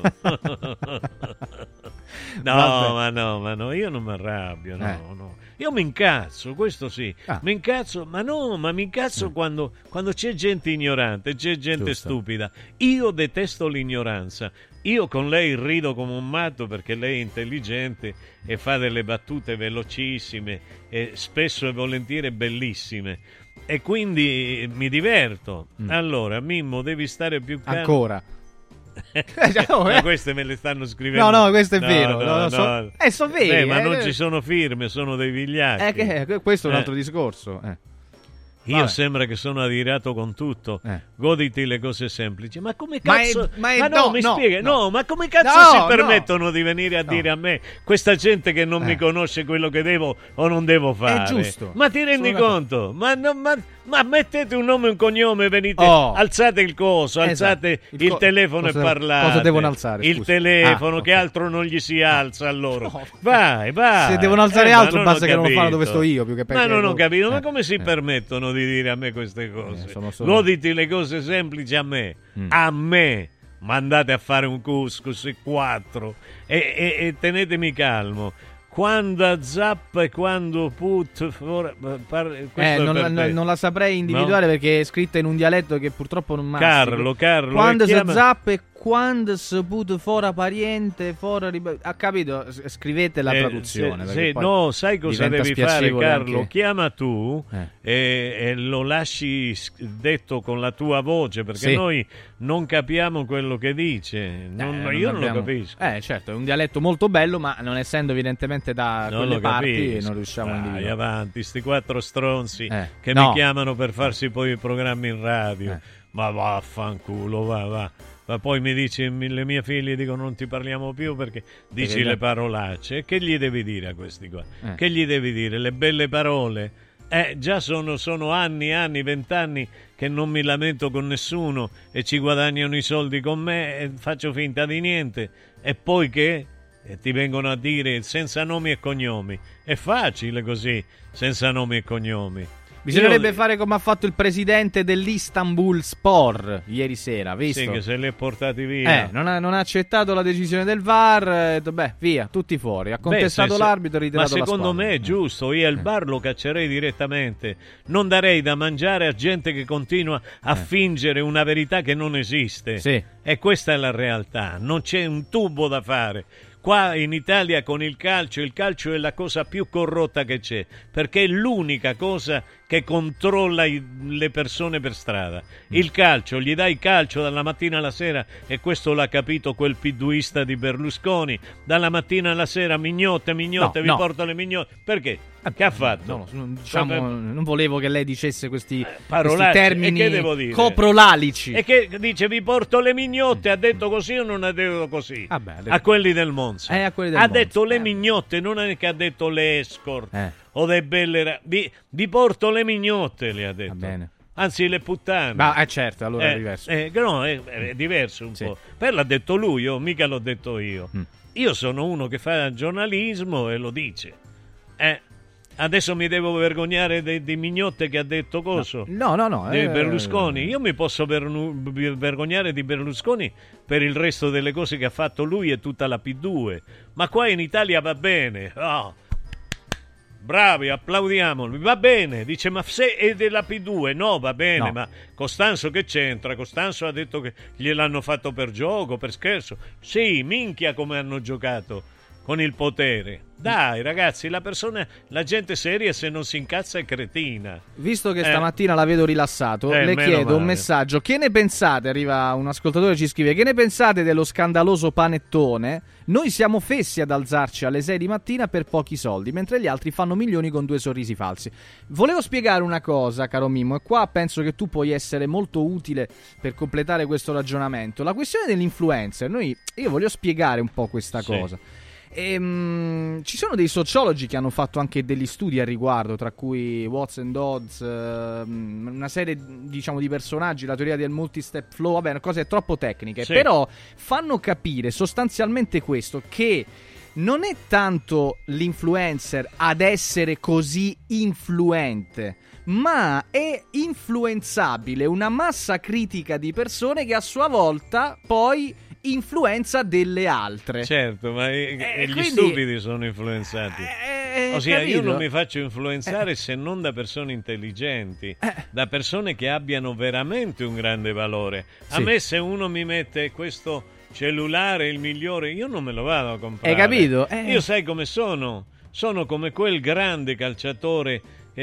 Ma no, io non mi arrabbio, no. Io mi incazzo, questo sì. Mi incazzo, ma mi incazzo quando c'è gente ignorante, c'è gente stupida. Io detesto l'ignoranza. Io con lei rido come un matto perché lei è intelligente e fa delle battute velocissime e spesso e volentieri bellissime. E quindi mi diverto. Allora, Mimmo, devi stare più calmo. Ancora. Ma queste me le stanno scrivendo. No, questo è vero. Sono veri. Ma non ci sono firme, sono dei vigliacchi. Questo è un altro discorso. Io sembra che sono adirato con tutto. Goditi le cose semplici. Ma come cazzo? Ma come cazzo si permettono di venire a dire a me, questa gente che non mi conosce, quello che devo o non devo fare? È giusto. Ma ti rendi conto? Ma mettete un nome e un cognome, venite, alzate il coso, alzate il telefono e parlate. Cosa devono alzare? Il telefono, che altro non gli si alza a loro. Vai. Se devono alzare altro, basta che non lo fanno dove sto io. Più che perché ma non ho capito, ma come si permettono di dire a me queste cose? Goditi le cose semplici a me. A me. Mandate a fare un couscous 4 e tenetemi calmo. Quando zappa e quando put non la saprei individuare perché è scritta in un dialetto che purtroppo non mastico. Carlo quando si zappa e quando si put fora pariente ha capito? Scrivete la traduzione sai cosa devi fare, Carlo? Anche... chiama tu e lo lasci detto con la tua voce perché noi non capiamo quello che dice. Io non lo capisco. Certo, è un dialetto molto bello, ma non essendo evidentemente da quelle parti non riusciamo a individuare. Avanti, sti 4 stronzi che mi chiamano per farsi poi i programmi in radio. Ma vaffanculo, va. Ma poi mi dici, le mie figlie dicono non ti parliamo più perché dici le parolacce. E che gli devi dire a questi qua? Che gli devi dire? Le belle parole? Già sono anni, 20 anni che non mi lamento con nessuno e ci guadagnano i soldi con me e faccio finta di niente. E poi che? E ti vengono a dire senza nomi e cognomi. È facile così, senza nomi e cognomi. Bisognerebbe fare come ha fatto il presidente dell'Istanbul Spor ieri sera, visto? Sì, che se li è portati via. Non ha accettato la decisione del VAR, ha detto, via, tutti fuori. Ha contestato l'arbitro e ritirato la squadra. Ma secondo me è giusto, io il VAR lo caccerei direttamente. Non darei da mangiare a gente che continua a fingere una verità che non esiste. Sì. E questa è la realtà, non c'è un tubo da fare. Qua in Italia con il calcio è la cosa più corrotta che c'è, perché è l'unica cosa che controlla le persone per strada. Il calcio, gli dai calcio dalla mattina alla sera, e questo l'ha capito quel piduista di Berlusconi, dalla mattina alla sera mignotte, porto le mignotte. Perché? Che ha fatto? Non volevo che lei dicesse questi e termini che devo dire? coprolalici. E che dice vi porto le mignotte, ha detto così o non ha detto così? A quelli del Monza. A quelli del ha Monza. detto le mignotte, non è che ha detto le escort o le belle vi porto le mignotte, le ha detto. Va bene. Anzi, le puttane. Ma certo, allora è diverso. No, è diverso un po'. Per l'ha detto lui, mica l'ho detto io. Io sono uno che fa giornalismo e lo dice. Adesso mi devo vergognare di mignotte che ha detto coso? No. Di Berlusconi. Io mi posso vergognare di Berlusconi per il resto delle cose che ha fatto lui e tutta la P2. Ma qua in Italia va bene. Oh. Bravi, applaudiamoli. Va bene. Dice, ma se è della P2? No, va bene, ma Costanzo che c'entra? Costanzo ha detto che gliel'hanno fatto per gioco, per scherzo. Sì, minchia come hanno giocato con il potere. Dai ragazzi, la gente seria se non si incazza è cretina. Visto che stamattina la vedo rilassato, le chiedo un messaggio. Che ne pensate? Arriva un ascoltatore, ci scrive: che ne pensate dello scandaloso panettone? Noi siamo fessi ad alzarci alle 6 di mattina per pochi soldi, mentre gli altri fanno milioni con 2 sorrisi falsi. Volevo spiegare una cosa, caro Mimmo, e qua penso che tu puoi essere molto utile per completare questo ragionamento. La questione dell'influencer, io voglio spiegare un po' questa cosa. Ci sono dei sociologi che hanno fatto anche degli studi al riguardo, tra cui Watts and Dodds, una serie diciamo di personaggi, la teoria del multi-step flow, vabbè, cose troppo tecniche, però fanno capire sostanzialmente questo, che non è tanto l'influencer ad essere così influente, ma è influenzabile una massa critica di persone che a sua volta poi influenza delle altre. Certo, ma gli stupidi sono influenzati. Ossia, io non mi faccio influenzare se non da persone intelligenti, da persone che abbiano veramente un grande valore. A me se uno mi mette questo cellulare il migliore, io non me lo vado a comprare. Hai capito? Io sai come sono? Sono come quel grande calciatore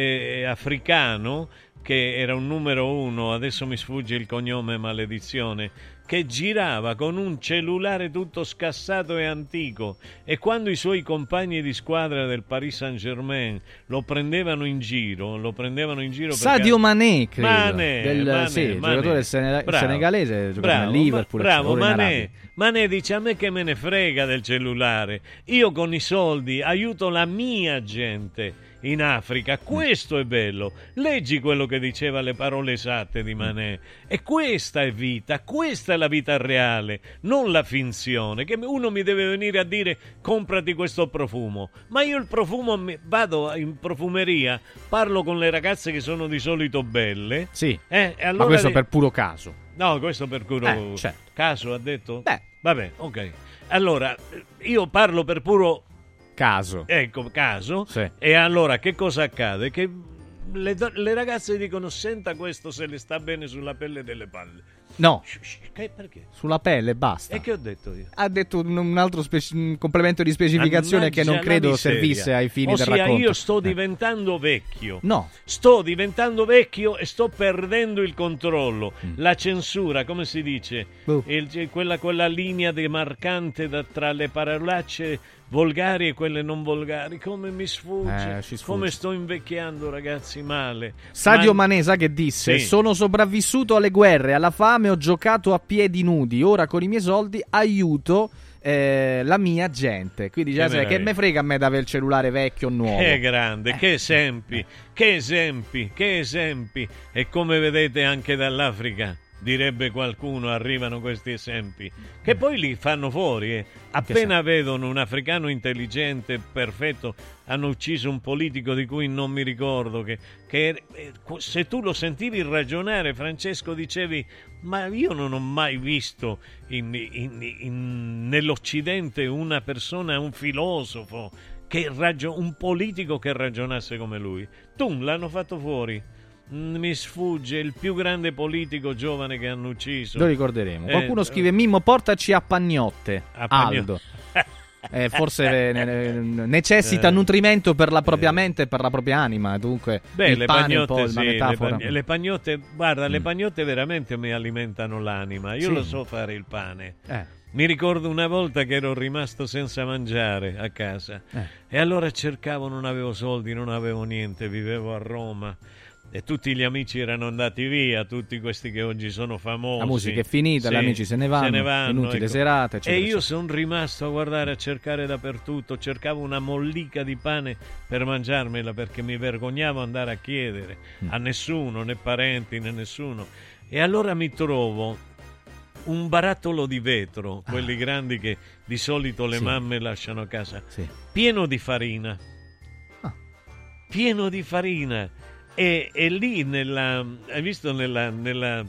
africano che era un numero 1, adesso mi sfugge il cognome, maledizione, che girava con un cellulare tutto scassato e antico, e quando i suoi compagni di squadra del Paris Saint-Germain lo prendevano in giro Sadio Mané, credo. Mané, giocatore senegalese, giocava nel Liverpool. Bravo, Mané dice: a me che me ne frega del cellulare, io con i soldi aiuto la mia gente in Africa. Questo è bello. Leggi quello che diceva, le parole esatte di Mané. E questa è vita, questa è la vita reale, non la finzione, che uno mi deve venire a dire comprati questo profumo, ma io il profumo vado in profumeria, parlo con le ragazze che sono di solito belle. Sì, allora ma questo per puro caso. No, questo per puro caso, ha detto? Vabbè, ok. Allora, io parlo per puro caso. Ecco, caso. E allora che cosa accade? Che le ragazze dicono: senta, questo se le sta bene sulla pelle delle palle. No. Perché? Sulla pelle, basta. E che ho detto io? Ha detto un altro complemento di specificazione che non credo servisse ai fini del racconto. Io sto diventando vecchio. No. Sto diventando vecchio e sto perdendo il controllo. La censura, come si dice? Quella linea demarcante tra le parolacce volgari e quelle non volgari, come mi sfugge, come sto invecchiando, ragazzi, male. Sadio Mané, sa che disse? Sì. Sono sopravvissuto alle guerre, alla fame, ho giocato a piedi nudi, ora con i miei soldi aiuto la mia gente. Quindi che me frega a me di avere il cellulare vecchio o nuovo. Che grande, che esempi, che esempi. E come vedete anche dall'Africa direbbe qualcuno, arrivano questi esempi, che poi li fanno fuori. Appena vedono un africano intelligente, perfetto, hanno ucciso un politico di cui non mi ricordo, che se tu lo sentivi ragionare, Francesco, dicevi: ma io non ho mai visto nell'Occidente una persona, un filosofo, un politico che ragionasse come lui. L'hanno fatto fuori. Mi sfugge il più grande politico giovane che hanno ucciso. Lo ricorderemo. Qualcuno scrive: Mimmo, portaci a Pagnotte. Aldo. Forse necessita nutrimento per la propria mente e per la propria anima. Dunque, il pane è un po' la metafora. Le pagnotte, guarda, le pagnotte veramente mi alimentano l'anima. Io lo so fare il pane. Mi ricordo una volta che ero rimasto senza mangiare a casa e allora cercavo, non avevo soldi, non avevo niente, vivevo a Roma. E tutti gli amici erano andati via, tutti questi che oggi sono famosi. La musica è finita, gli amici se ne vanno, inutili serate, eccetera. E io sono rimasto a guardare, a cercare dappertutto. Cercavo una mollica di pane per mangiarmela, perché mi vergognavo andare a chiedere a nessuno, né parenti né nessuno. E allora mi trovo un barattolo di vetro, quelli grandi che di solito le mamme lasciano a casa, pieno di farina. Pieno di farina. E lì hai visto nel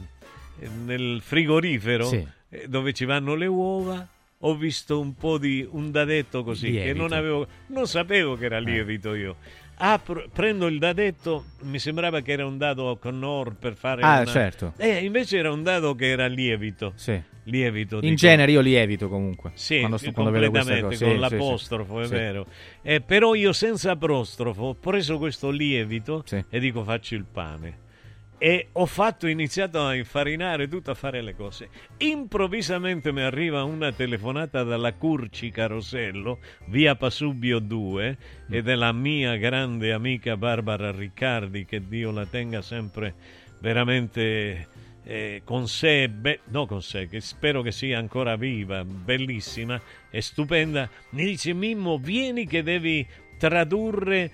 frigorifero dove ci vanno le uova, ho visto un po' di un dadetto così lievito. Che non sapevo che era lievito io. Prendo il dadetto, mi sembrava che era un dado con or per fare certo. Invece era un dado che era lievito. Lievito, in genere io lievito comunque. Quando vedo queste cose. Con l'apostrofo, è vero. Però io senza apostrofo ho preso questo lievito e dico: faccio il pane. E ho iniziato a infarinare tutto, a fare le cose. Improvvisamente mi arriva una telefonata dalla Curci Carosello, via Pasubio 2, e della mia grande amica Barbara Riccardi, che Dio la tenga sempre veramente con sé, che spero che sia ancora viva, bellissima e stupenda. Mi dice: Mimmo, vieni che devi tradurre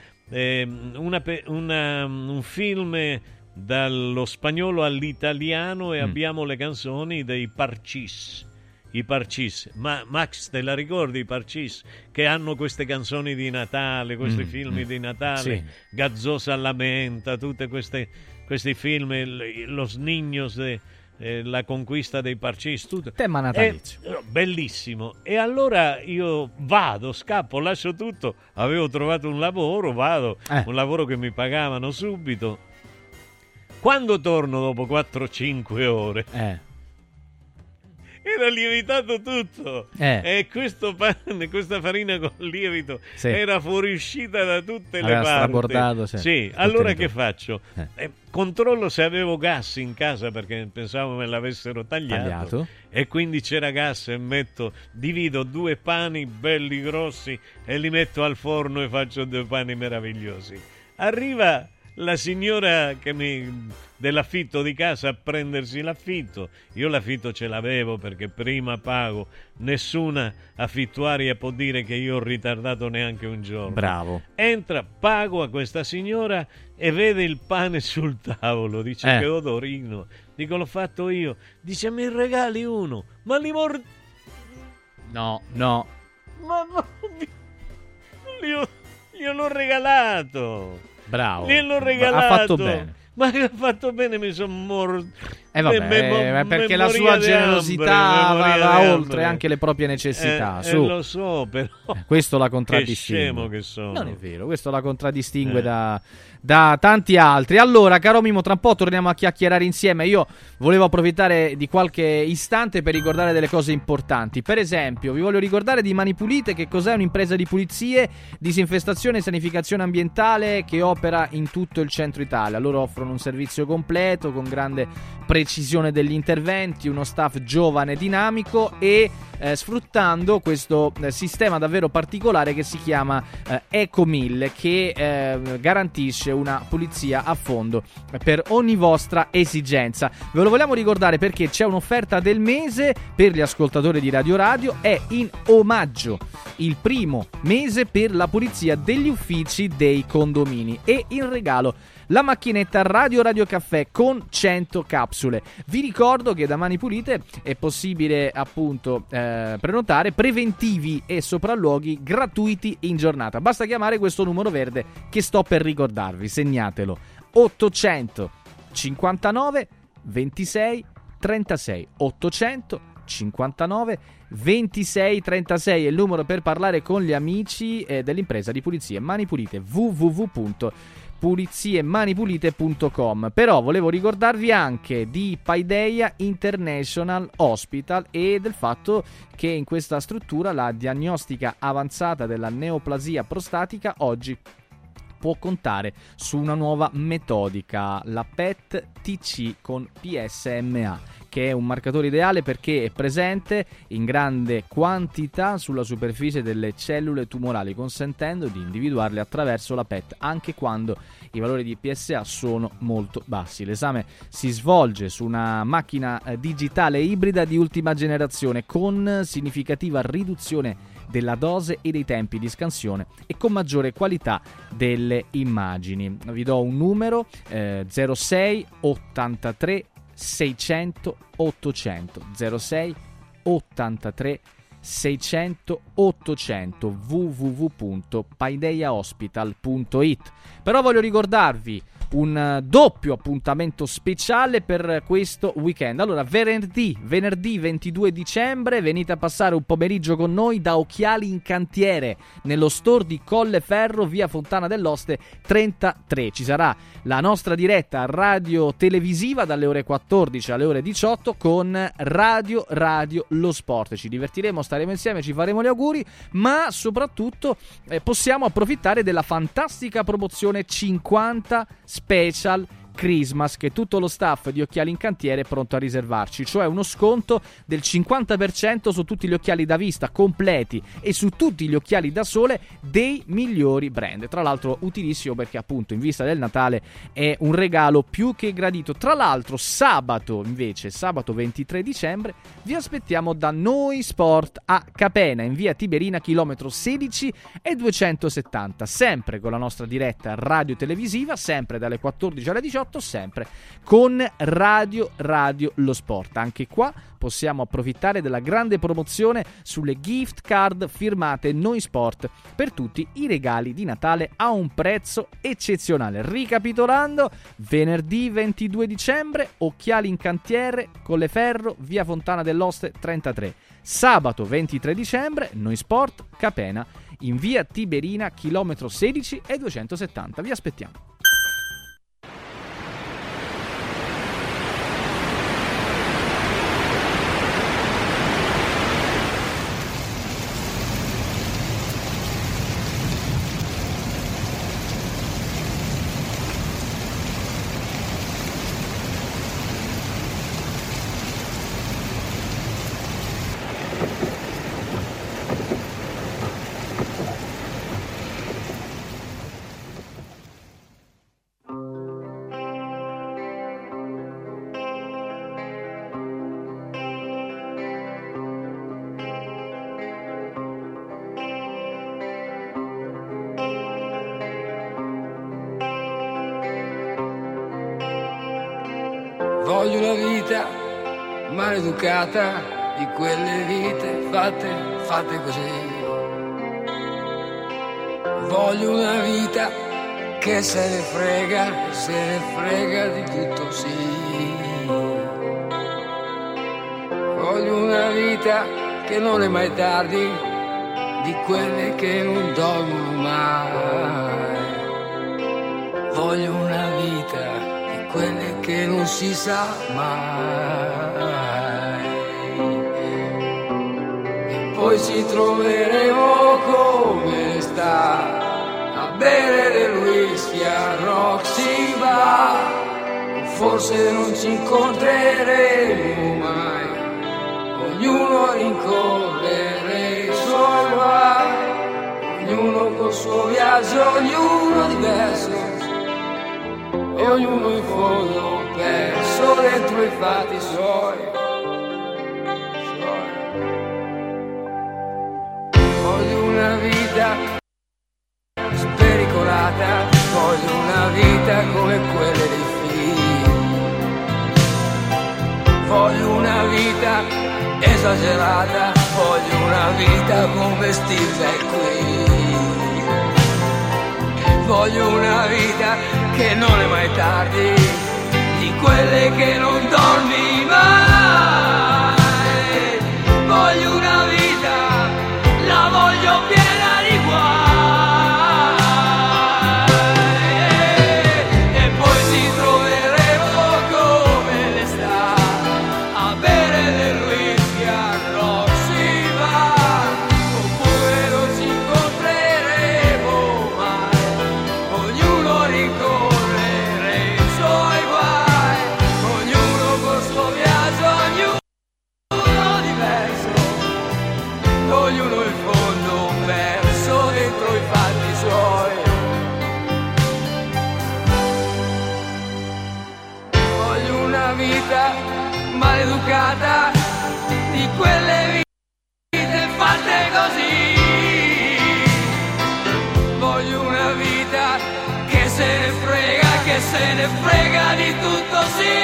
un film dallo spagnolo all'italiano e abbiamo le canzoni dei Parchís. I Parchís, ma Max, te la ricordi i Parchís? Che hanno queste canzoni di Natale, questi film di Natale, Gazzosa Lamenta, tutte questi film, Los Niños, la conquista dei Parchís, tutto. Tema natalizio. Bellissimo. E allora io scappo, lascio tutto, avevo trovato un lavoro, un lavoro che mi pagavano subito. Quando torno dopo 4-5 ore era lievitato tutto e questo pane, questa farina con lievito era fuoriuscita da tutte le parti. Strabordato, allora che faccio? Controllo se avevo gas in casa, perché pensavo me l'avessero tagliato. E quindi c'era gas e divido 2 pani belli grossi e li metto al forno e faccio 2 pani meravigliosi. Arriva la signora dell'affitto di casa a prendersi l'affitto. Io l'affitto ce l'avevo perché prima pago. Nessuna affittuaria può dire che io ho ritardato neanche un giorno. Bravo. Entra, pago a questa signora e vede il pane sul tavolo. Dice: che odorino. Dico: l'ho fatto io. Dice: mi regali uno. Ma li No. Ma gliel'ho regalato. Bravo. Gliel'ho regalato. Ha fatto bene. Ma che ha fatto bene, mi sono morto. Perché la sua generosità va oltre anche le proprie necessità. Lo so, però. Questo la contraddistingue. Che scemo che sono. Non è vero, questo la contraddistingue da tanti altri. Allora, caro Mimmo, tra un po' torniamo a chiacchierare insieme. Io volevo approfittare di qualche istante per ricordare delle cose importanti. Per esempio, vi voglio ricordare di Mani Pulite, che cos'è un'impresa di pulizie, disinfestazione e sanificazione ambientale che opera in tutto il centro Italia. Loro offrono un servizio completo con grande precisione degli interventi, uno staff giovane e dinamico e sfruttando questo sistema davvero particolare che si chiama Eco1000, che garantisce una pulizia a fondo per ogni vostra esigenza. Ve lo vogliamo ricordare perché c'è un'offerta del mese per gli ascoltatori di Radio Radio, è in omaggio il primo mese per la pulizia degli uffici dei condomini e in regalo la macchinetta Radio Caffè con 100 capsule. Vi ricordo che da Mani Pulite è possibile appunto prenotare preventivi e sopralluoghi gratuiti in giornata. Basta chiamare questo numero verde che sto per ricordarvi, segnatelo: 859 26 36 859 26 36 è il numero per parlare con gli amici dell'impresa di pulizie Mani Pulite, www.puliziemani.com. Però volevo ricordarvi anche di Paideia International Hospital e del fatto che in questa struttura la diagnostica avanzata della neoplasia prostatica oggi può contare su una nuova metodica, la PET-TC con PSMA, che è un marcatore ideale perché è presente in grande quantità sulla superficie delle cellule tumorali, consentendo di individuarle attraverso la PET anche quando i valori di PSA sono molto bassi. L'esame si svolge su una macchina digitale ibrida di ultima generazione con significativa riduzione della dose e dei tempi di scansione e con maggiore qualità delle immagini. Vi do un numero 06 83 600 800 06 83 600 800 www.paideiahospital.it. Però voglio ricordarvi un doppio appuntamento speciale per questo weekend. Allora, venerdì 22 dicembre venite a passare un pomeriggio con noi da Occhiali in Cantiere nello store di Colleferro, via Fontana dell'Oste 33. Ci sarà la nostra diretta radio televisiva dalle ore 14 alle ore 18 con Radio Lo Sport. Ci divertiremo, staremo insieme, ci faremo gli auguri, ma soprattutto possiamo approfittare della fantastica promozione 50 Special Christmas che tutto lo staff di Occhiali in Cantiere è pronto a riservarci, cioè uno sconto del 50% su tutti gli occhiali da vista completi e su tutti gli occhiali da sole dei migliori brand. Tra l'altro utilissimo perché appunto in vista del Natale è un regalo più che gradito. Tra l'altro sabato 23 dicembre vi aspettiamo da Noi Sport a Capena in via Tiberina chilometro 16 e 270, sempre con la nostra diretta radio televisiva, sempre dalle 14 alle 18, sempre con Radio Lo Sport. Anche qua possiamo approfittare della grande promozione sulle gift card firmate Noi Sport per tutti i regali di Natale a un prezzo eccezionale. Ricapitolando, venerdì 22 dicembre Occhiali in Cantiere, Colleferro, via Fontana dell'Oste 33. Sabato 23 dicembre Noi Sport Capena in via Tiberina chilometro 16 e 270. Vi aspettiamo. Voglio una vita maleducata, di quelle vite fatte così. Voglio una vita che se ne frega di tutto, sì. Voglio una vita che non è mai tardi, di quelle che non dormono mai. Voglio una vita quelle che non si sa mai. E poi ci troveremo come sta a bere del whisky a Roxy Bar. Forse non ci incontreremo mai, ognuno rincorrere i suoi guai, ognuno col suo viaggio, ognuno diverso, e ognuno in fondo perso dentro i fatti suoi. Voglio una vita spericolata, voglio una vita come esagerata, voglio una vita come Steve qui. Voglio una vita che non è mai tardi, di quelle che non dormi mai. Voglio una vita, la voglio piena di guai. E poi ci troveremo come l'estate a bere del whisky a Roxy Bar. Oppure non ci incontreremo mai, ognuno rincorrere i suoi guai, ognuno con suo viaggio, ognuno diverso, ognuno in fondo perso dentro i fatti suoi. Voglio una vita maleducata, di quelle vite fatte così. Voglio una vita che se ne frega di tutto, sì.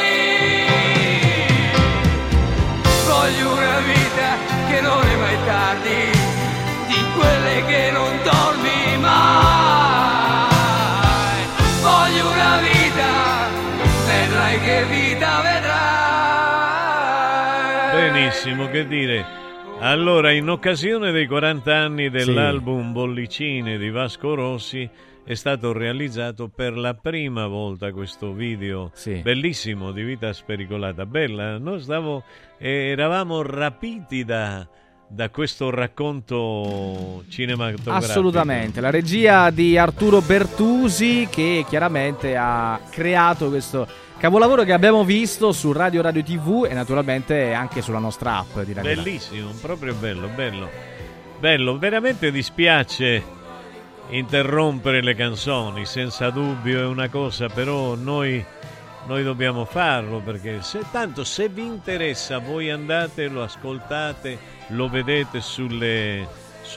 Voglio una vita che non è mai tardi, di quelle che non dormi mai. Voglio una vita, vedrai che vita vedrai. Benissimo, che dire. Allora, in occasione dei 40 anni dell'album Bollicine di Vasco Rossi, è stato realizzato per la prima volta questo video bellissimo di Vita Spericolata. Bella, noi eravamo rapiti da questo racconto cinematografico. Assolutamente, la regia di Arturo Bertusi, che chiaramente ha creato questo capolavoro che abbiamo visto su Radio TV e naturalmente anche sulla nostra app di Radio. Bellissimo, proprio bello. Veramente dispiace interrompere le canzoni, senza dubbio è una cosa, però noi dobbiamo farlo, perché se vi interessa voi andate, lo ascoltate, lo vedete sulle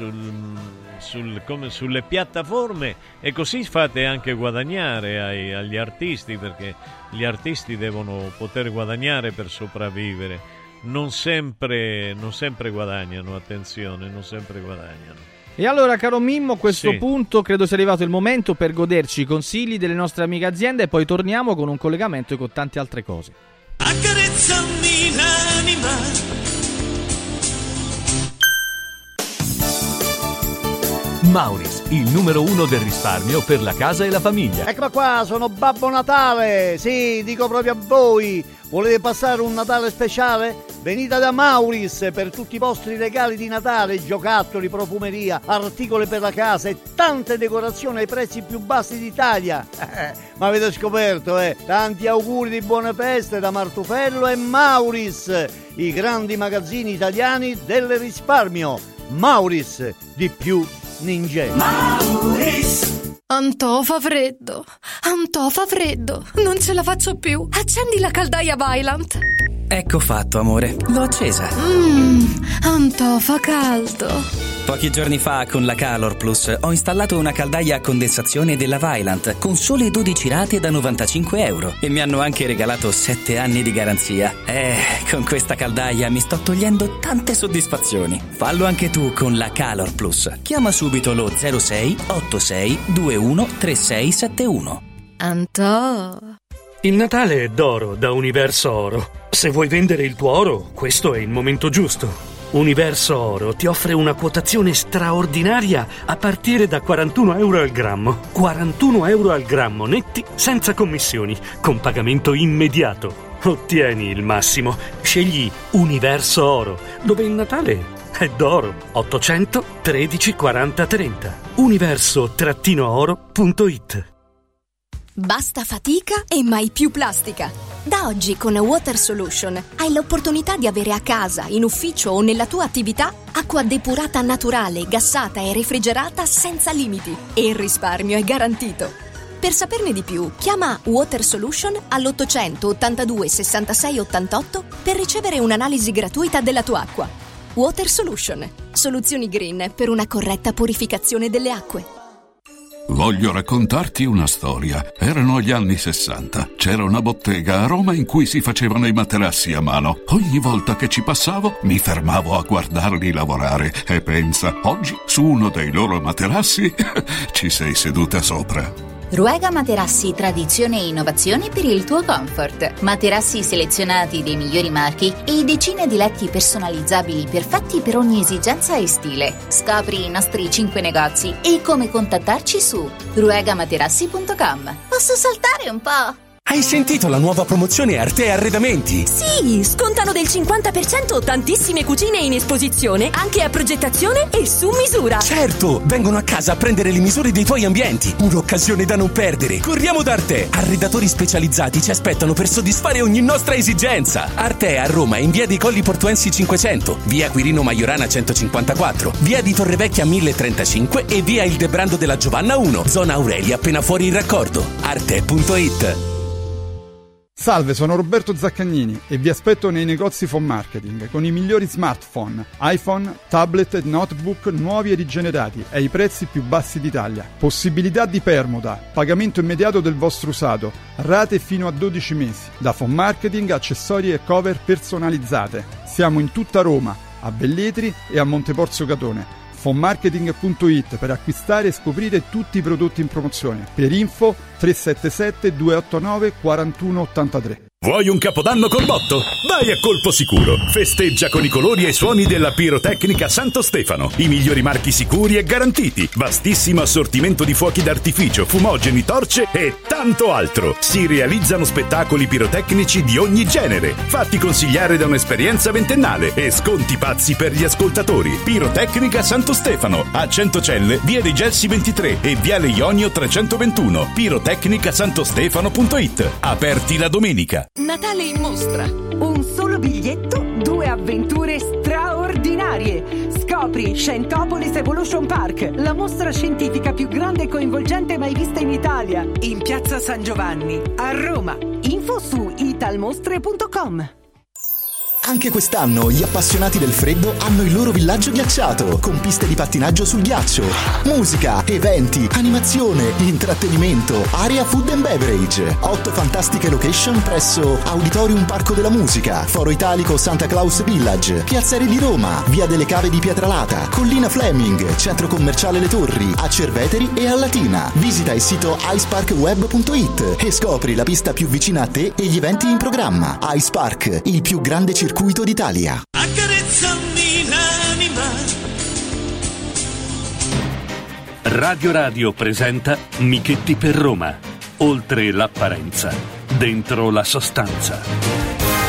piattaforme, e così fate anche guadagnare agli artisti, perché gli artisti devono poter guadagnare per sopravvivere. Non sempre guadagnano, attenzione, non sempre guadagnano. E allora, caro Mimmo, a questo punto credo sia arrivato il momento per goderci i consigli delle nostre amiche aziende, e poi torniamo con un collegamento e con tante altre cose. Accarezzami l'anima. Mauris, il numero 1 del risparmio per la casa e la famiglia. Eccola qua, sono Babbo Natale. Sì, dico proprio a voi. Volete passare un Natale speciale? Venite da Mauris per tutti i vostri regali di Natale, giocattoli, profumeria, articoli per la casa e tante decorazioni ai prezzi più bassi d'Italia. Ma avete scoperto, Tanti auguri di buone feste da Martufello e Mauris, i grandi magazzini italiani del risparmio. Mauris, di più ninja. Mauris. Antò fa freddo, non ce la faccio più. Accendi la caldaia Vaillant. Ecco fatto, amore, l'ho accesa. Antò fa caldo. Pochi giorni fa con la Calor Plus ho installato una caldaia a condensazione della Vaillant con sole 12 rate da €95 e mi hanno anche regalato 7 anni di garanzia. Con questa caldaia mi sto togliendo tante soddisfazioni. Fallo anche tu con la Calor Plus. Chiama subito lo 06 86 21 3671. Antò. Il Natale è d'oro da Universo Oro. Se vuoi vendere il tuo oro, questo è il momento giusto. Universo Oro ti offre una quotazione straordinaria a partire da €41 al grammo. €41 al grammo netti, senza commissioni, con pagamento immediato. Ottieni il massimo. Scegli Universo Oro, dove il Natale è d'oro. 800 13 40 30. Universo-oro.it. Basta fatica e mai più plastica. Da oggi con Water Solution hai l'opportunità di avere a casa, in ufficio o nella tua attività acqua depurata naturale, gassata e refrigerata senza limiti. E il risparmio è garantito. Per saperne di più, chiama Water Solution all'800 82 66 88 per ricevere un'analisi gratuita della tua acqua. Water Solution, soluzioni green per una corretta purificazione delle acque. Voglio raccontarti una storia. Erano gli anni 60. C'era una bottega a Roma in cui si facevano i materassi a mano. Ogni volta che ci passavo mi fermavo a guardarli lavorare e pensa, oggi su uno dei loro materassi ci sei seduta sopra. Ruega Materassi, tradizione e innovazione per il tuo comfort. Materassi selezionati dei migliori marchi e decine di letti personalizzabili perfetti per ogni esigenza e stile. Scopri i nostri 5 negozi e come contattarci su ruegamaterassi.com. Posso saltare un po'? Hai sentito la nuova promozione Arte Arredamenti? Sì, scontano del 50% tantissime cucine in esposizione, anche a progettazione e su misura. Certo, vengono a casa a prendere le misure dei tuoi ambienti. Un'occasione da non perdere. Corriamo da Arte. Arredatori specializzati ci aspettano per soddisfare ogni nostra esigenza. Arte a Roma in via dei Colli Portuensi 500, via Quirino Maiorana 154, via di Torrevecchia 1035 e via Il Debrando della Giovanna 1, zona Aurelia appena fuori il raccordo. Arte.it. Salve, sono Roberto Zaccagnini e vi aspetto nei negozi Phone Marketing con i migliori smartphone, iPhone, tablet e notebook nuovi e rigenerati ai prezzi più bassi d'Italia. Possibilità di permuta, pagamento immediato del vostro usato, rate fino a 12 mesi. Da Phone Marketing, accessori e cover personalizzate. Siamo in tutta Roma, a Velletri e a Monteporzio Catone. Fonmarketing.it per acquistare e scoprire tutti i prodotti in promozione. Per info 377 289 4183. Vuoi un capodanno col botto? Vai a Colpo Sicuro. Festeggia con i colori e i suoni della pirotecnica Santo Stefano. I migliori marchi sicuri e garantiti. Vastissimo assortimento di fuochi d'artificio, fumogeni, torce e tanto altro. Si realizzano spettacoli pirotecnici di ogni genere. Fatti consigliare da un'esperienza ventennale e sconti pazzi per gli ascoltatori. Pirotecnica Santo Stefano. A Centocelle, via dei Gelsi 23 e viale Ionio 321. pirotecnicasantostefano.it. Aperti la domenica. Natale in mostra. Un solo biglietto, 2 avventure straordinarie. Scopri Scientopolis Evolution Park, la mostra scientifica più grande e coinvolgente mai vista in Italia, in Piazza San Giovanni, a Roma. Info su italmostre.com. Anche quest'anno gli appassionati del freddo hanno il loro villaggio ghiacciato, con piste di pattinaggio sul ghiaccio, musica, eventi, animazione, intrattenimento, area food and beverage, 8 fantastiche location presso Auditorium Parco della Musica, Foro Italico Santa Claus Village, Piazza Re di Roma, Via delle Cave di Pietralata, Collina Fleming, Centro Commerciale Le Torri, a Cerveteri e a Latina. Visita il sito iceparkweb.it e scopri la pista più vicina a te e gli eventi in programma. Ice Park, il più grande circuito d'Italia. Accarezzami l'anima. Radio presenta Michetti per Roma. Oltre l'apparenza, dentro la sostanza.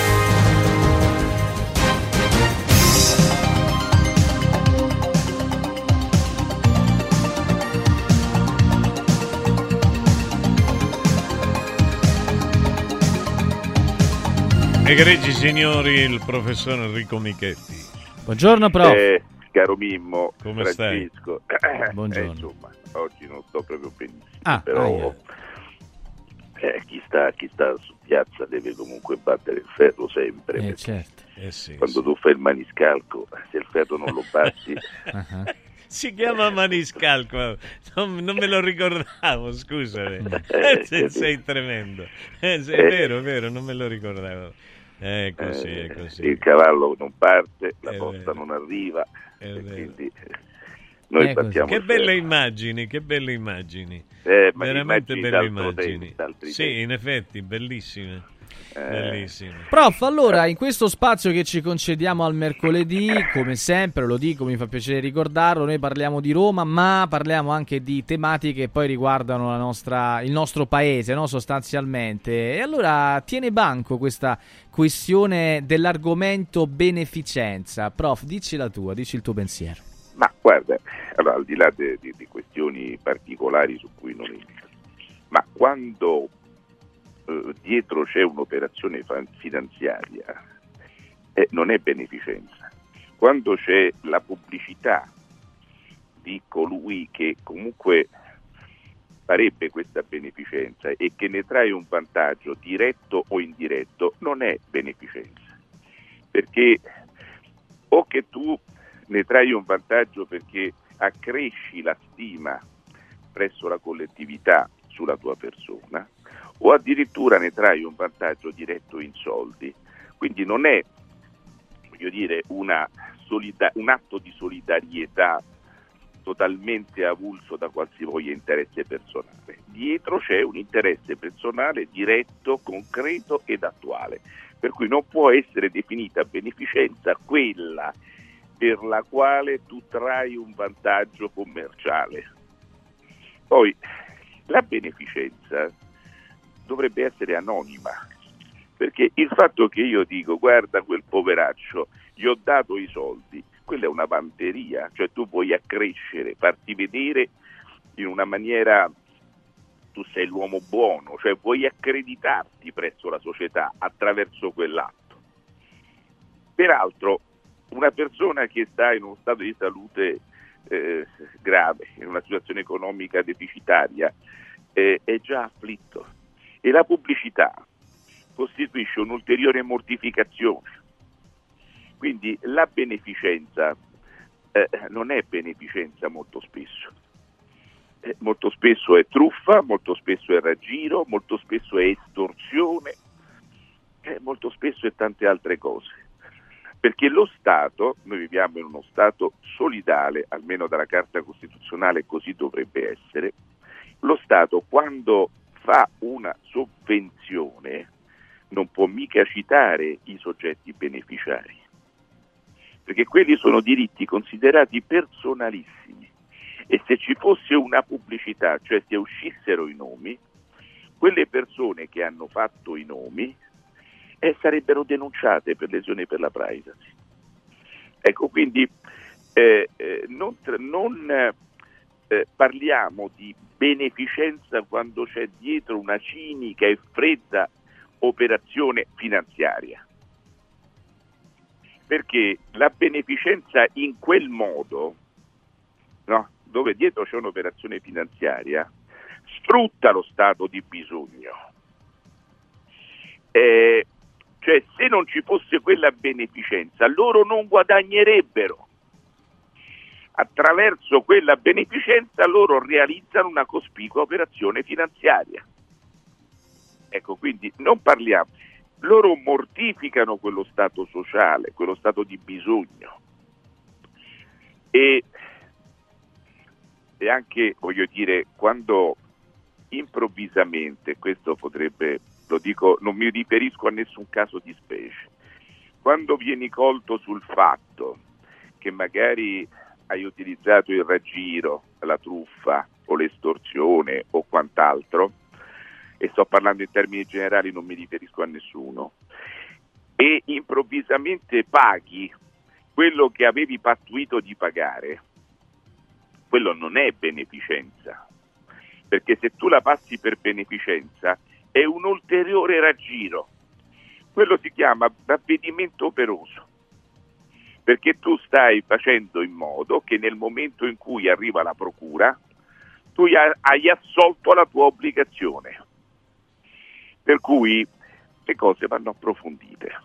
Egregi signori, il professor Enrico Michetti. Buongiorno prof. Caro Mimmo, come Francesco. Buongiorno. Insomma, oggi non sto proprio benissimo, però chi sta su piazza deve comunque battere il ferro sempre. Certo. Quando tu fai il maniscalco, se il ferro non lo batti... Si chiama maniscalco, non me lo ricordavo, scusami. Sei tremendo. È vero, non me lo ricordavo. È così. Il cavallo non parte, la posta non arriva, e quindi noi battiamo che belle immagini. Veramente belle immagini. Sì, in effetti, bellissime. Bellissimo. Prof, allora in questo spazio che ci concediamo al mercoledì, come sempre lo dico, mi fa piacere ricordarlo, noi parliamo di Roma, ma parliamo anche di tematiche che poi riguardano il nostro paese, no? Sostanzialmente. E allora tiene banco questa questione dell'argomento beneficenza. Prof, dici il tuo pensiero. Ma guarda, allora, al di là di questioni particolari su cui non entro, ma quando dietro c'è un'operazione finanziaria, non è beneficenza. Quando c'è la pubblicità di colui che comunque farebbe questa beneficenza e che ne trae un vantaggio diretto o indiretto, non è beneficenza, perché o che tu ne trai un vantaggio perché accresci la stima presso la collettività sulla tua persona, o addirittura ne trai un vantaggio diretto in soldi. Quindi non è, voglio dire, un atto di solidarietà totalmente avulso da qualsivoglia interesse personale. Dietro c'è un interesse personale diretto, concreto ed attuale, per cui non può essere definita beneficenza quella per la quale tu trai un vantaggio commerciale. Poi la beneficenza dovrebbe essere anonima, perché il fatto che io dico guarda quel poveraccio, gli ho dato i soldi, quella è una vanteria, cioè tu vuoi accrescere, farti vedere in una maniera, tu sei l'uomo buono, cioè vuoi accreditarti presso la società attraverso quell'atto. Peraltro una persona che sta in uno stato di salute grave, in una situazione economica deficitaria, è già afflitto, e la pubblicità costituisce un'ulteriore mortificazione. Quindi la beneficenza non è beneficenza molto spesso. Molto spesso è truffa, molto spesso è raggiro, molto spesso è estorsione, molto spesso è tante altre cose. Perché lo Stato, noi viviamo in uno Stato solidale, almeno dalla Carta Costituzionale così dovrebbe essere, lo Stato quando fa una sovvenzione non può mica citare i soggetti beneficiari, perché quelli sono diritti considerati personalissimi, e se ci fosse una pubblicità, cioè se uscissero i nomi, quelle persone che hanno fatto i nomi sarebbero denunciate per lesioni per la privacy. Ecco, quindi non parliamo di beneficenza quando c'è dietro una cinica e fredda operazione finanziaria, perché la beneficenza in quel modo, no, dove dietro c'è un'operazione finanziaria, sfrutta lo stato di bisogno. Cioè, se non ci fosse quella beneficenza, loro non guadagnerebbero. Attraverso quella beneficenza loro realizzano una cospicua operazione finanziaria. Ecco, quindi non parliamo, loro mortificano quello stato sociale, quello stato di bisogno, e anche, voglio dire, quando improvvisamente, questo potrebbe, lo dico, non mi riferisco a nessun caso di specie, quando vieni colto sul fatto che magari hai utilizzato il raggiro, la truffa o l'estorsione o quant'altro, e sto parlando in termini generali, non mi riferisco a nessuno, e improvvisamente paghi quello che avevi pattuito di pagare, quello non è beneficenza, perché se tu la passi per beneficenza è un ulteriore raggiro, quello si chiama ravvedimento operoso, perché tu stai facendo in modo che nel momento in cui arriva la procura tu hai assolto la tua obbligazione, per cui le cose vanno approfondite.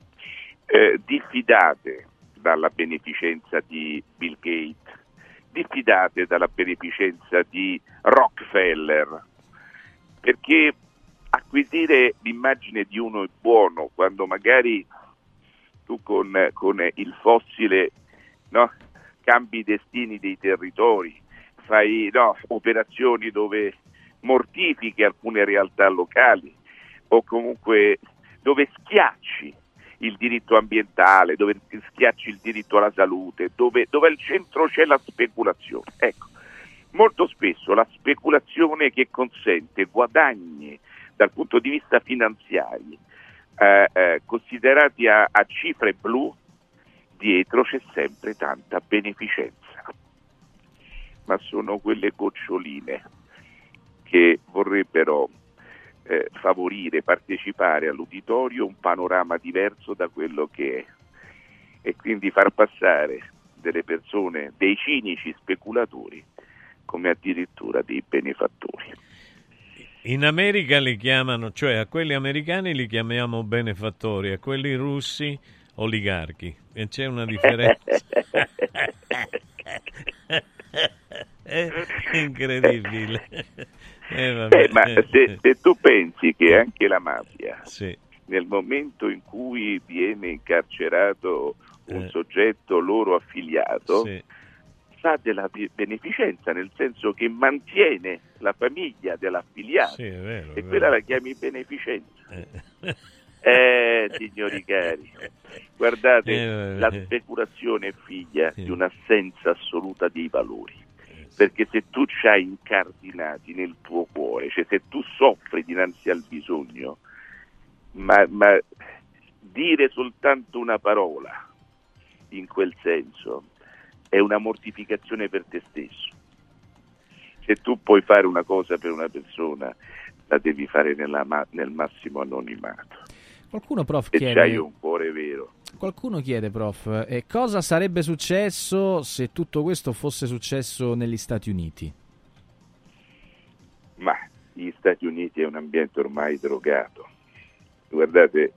Diffidate dalla beneficenza di Bill Gates, diffidate dalla beneficenza di Rockefeller, perché acquisire l'immagine di uno è buono quando magari tu con il fossile, no, cambi i destini dei territori, fai operazioni dove mortifichi alcune realtà locali, o comunque dove schiacci il diritto ambientale, dove schiacci il diritto alla salute, dove al centro c'è la speculazione. Ecco, molto spesso la speculazione che consente guadagni dal punto di vista finanziario considerati a cifre blu, dietro c'è sempre tanta beneficenza, ma sono quelle goccioline che vorrebbero favorire, partecipare all'uditorio un panorama diverso da quello che è, e quindi far passare delle persone, dei cinici speculatori, come addirittura dei benefattori. In America li chiamano, cioè a quelli americani li chiamiamo benefattori, a quelli russi oligarchi, e c'è una differenza. Incredibile. Ma se tu pensi che anche la mafia, nel momento in cui viene incarcerato un soggetto loro affiliato, fa della beneficenza, nel senso che mantiene la famiglia dell'affiliato, e quella la chiami beneficenza. Signori cari, guardate, la speculazione è figlia di un'assenza assoluta dei valori, perché se tu c'hai incardinati nel tuo cuore, cioè se tu soffri dinanzi al bisogno, ma dire soltanto una parola in quel senso è una mortificazione per te stesso. Se tu puoi fare una cosa per una persona, la devi fare nel massimo anonimato. Qualcuno, prof, e chiede, c'hai un cuore vero. Qualcuno chiede, prof, cosa sarebbe successo se tutto questo fosse successo negli Stati Uniti? Ma gli Stati Uniti è un ambiente ormai drogato. Guardate,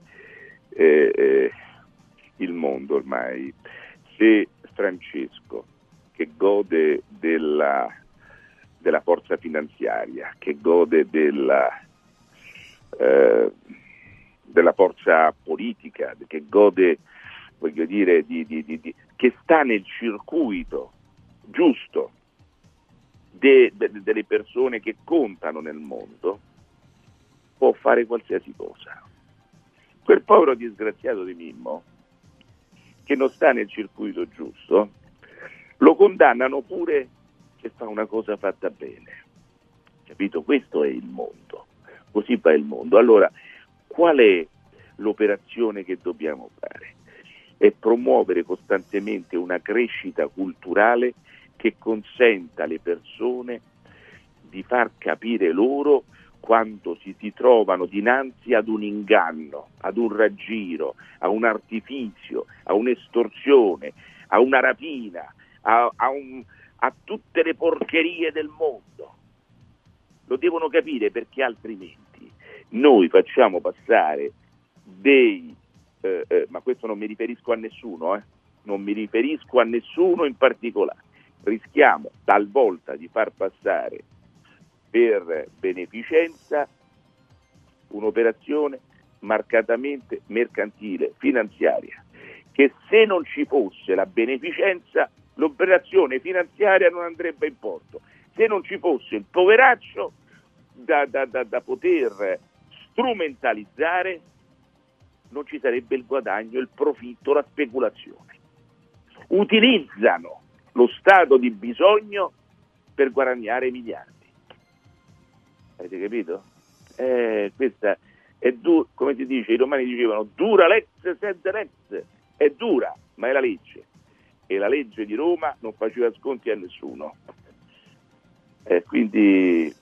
il mondo ormai, se Francesco, che gode della forza finanziaria, che gode della forza politica, che gode, voglio dire, che sta nel circuito giusto delle persone che contano nel mondo, può fare qualsiasi cosa. Quel povero disgraziato di Mimmo, che non sta nel circuito giusto, lo condannano pure che fa una cosa fatta bene. Capito? Questo è il mondo. Così va il mondo. Allora, qual è l'operazione che dobbiamo fare? È promuovere costantemente una crescita culturale che consenta alle persone di far capire loro, quando si trovano dinanzi ad un inganno, ad un raggiro, a un artifizio, a un'estorsione, a una rapina, a tutte le porcherie del mondo. Lo devono capire, perché altrimenti noi facciamo passare ma questo non mi riferisco a nessuno, non mi riferisco a nessuno in particolare, rischiamo talvolta di far passare per beneficenza un'operazione marcatamente mercantile, finanziaria, che se non ci fosse la beneficenza l'operazione finanziaria non andrebbe in porto, se non ci fosse il poveraccio da poter strumentalizzare non ci sarebbe il guadagno, il profitto, la speculazione. Utilizzano lo stato di bisogno per guadagnare miliardi. Avete capito? Questa è come si dice, i romani dicevano dura lex sed lex, è dura, ma è la legge. E la legge di Roma non faceva sconti a nessuno. Quindi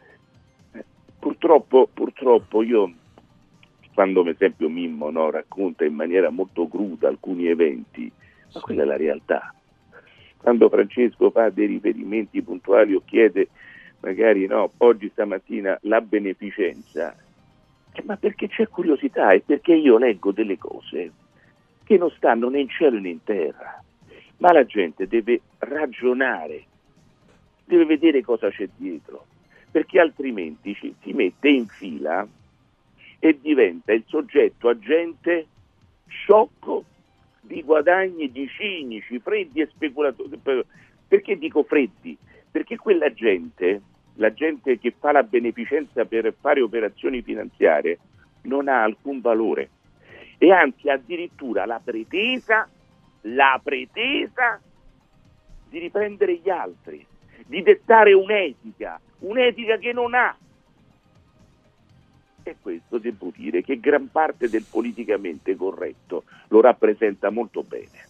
purtroppo io, quando per esempio Mimmo racconta in maniera molto cruda alcuni eventi, ma quella è la realtà. Quando Francesco fa dei riferimenti puntuali o chiede magari oggi stamattina la beneficenza, ma perché c'è curiosità e perché io leggo delle cose che non stanno né in cielo né in terra, ma la gente deve ragionare, deve vedere cosa c'è dietro, perché altrimenti si mette in fila e diventa il soggetto agente sciocco di guadagni di cinici, freddi e speculatori. Perché dico freddi? Perché quella gente, la gente che fa la beneficenza per fare operazioni finanziarie, non ha alcun valore, e anzi addirittura la pretesa di riprendere gli altri, di dettare un'etica che non ha. E questo devo dire che gran parte del politicamente corretto lo rappresenta molto bene.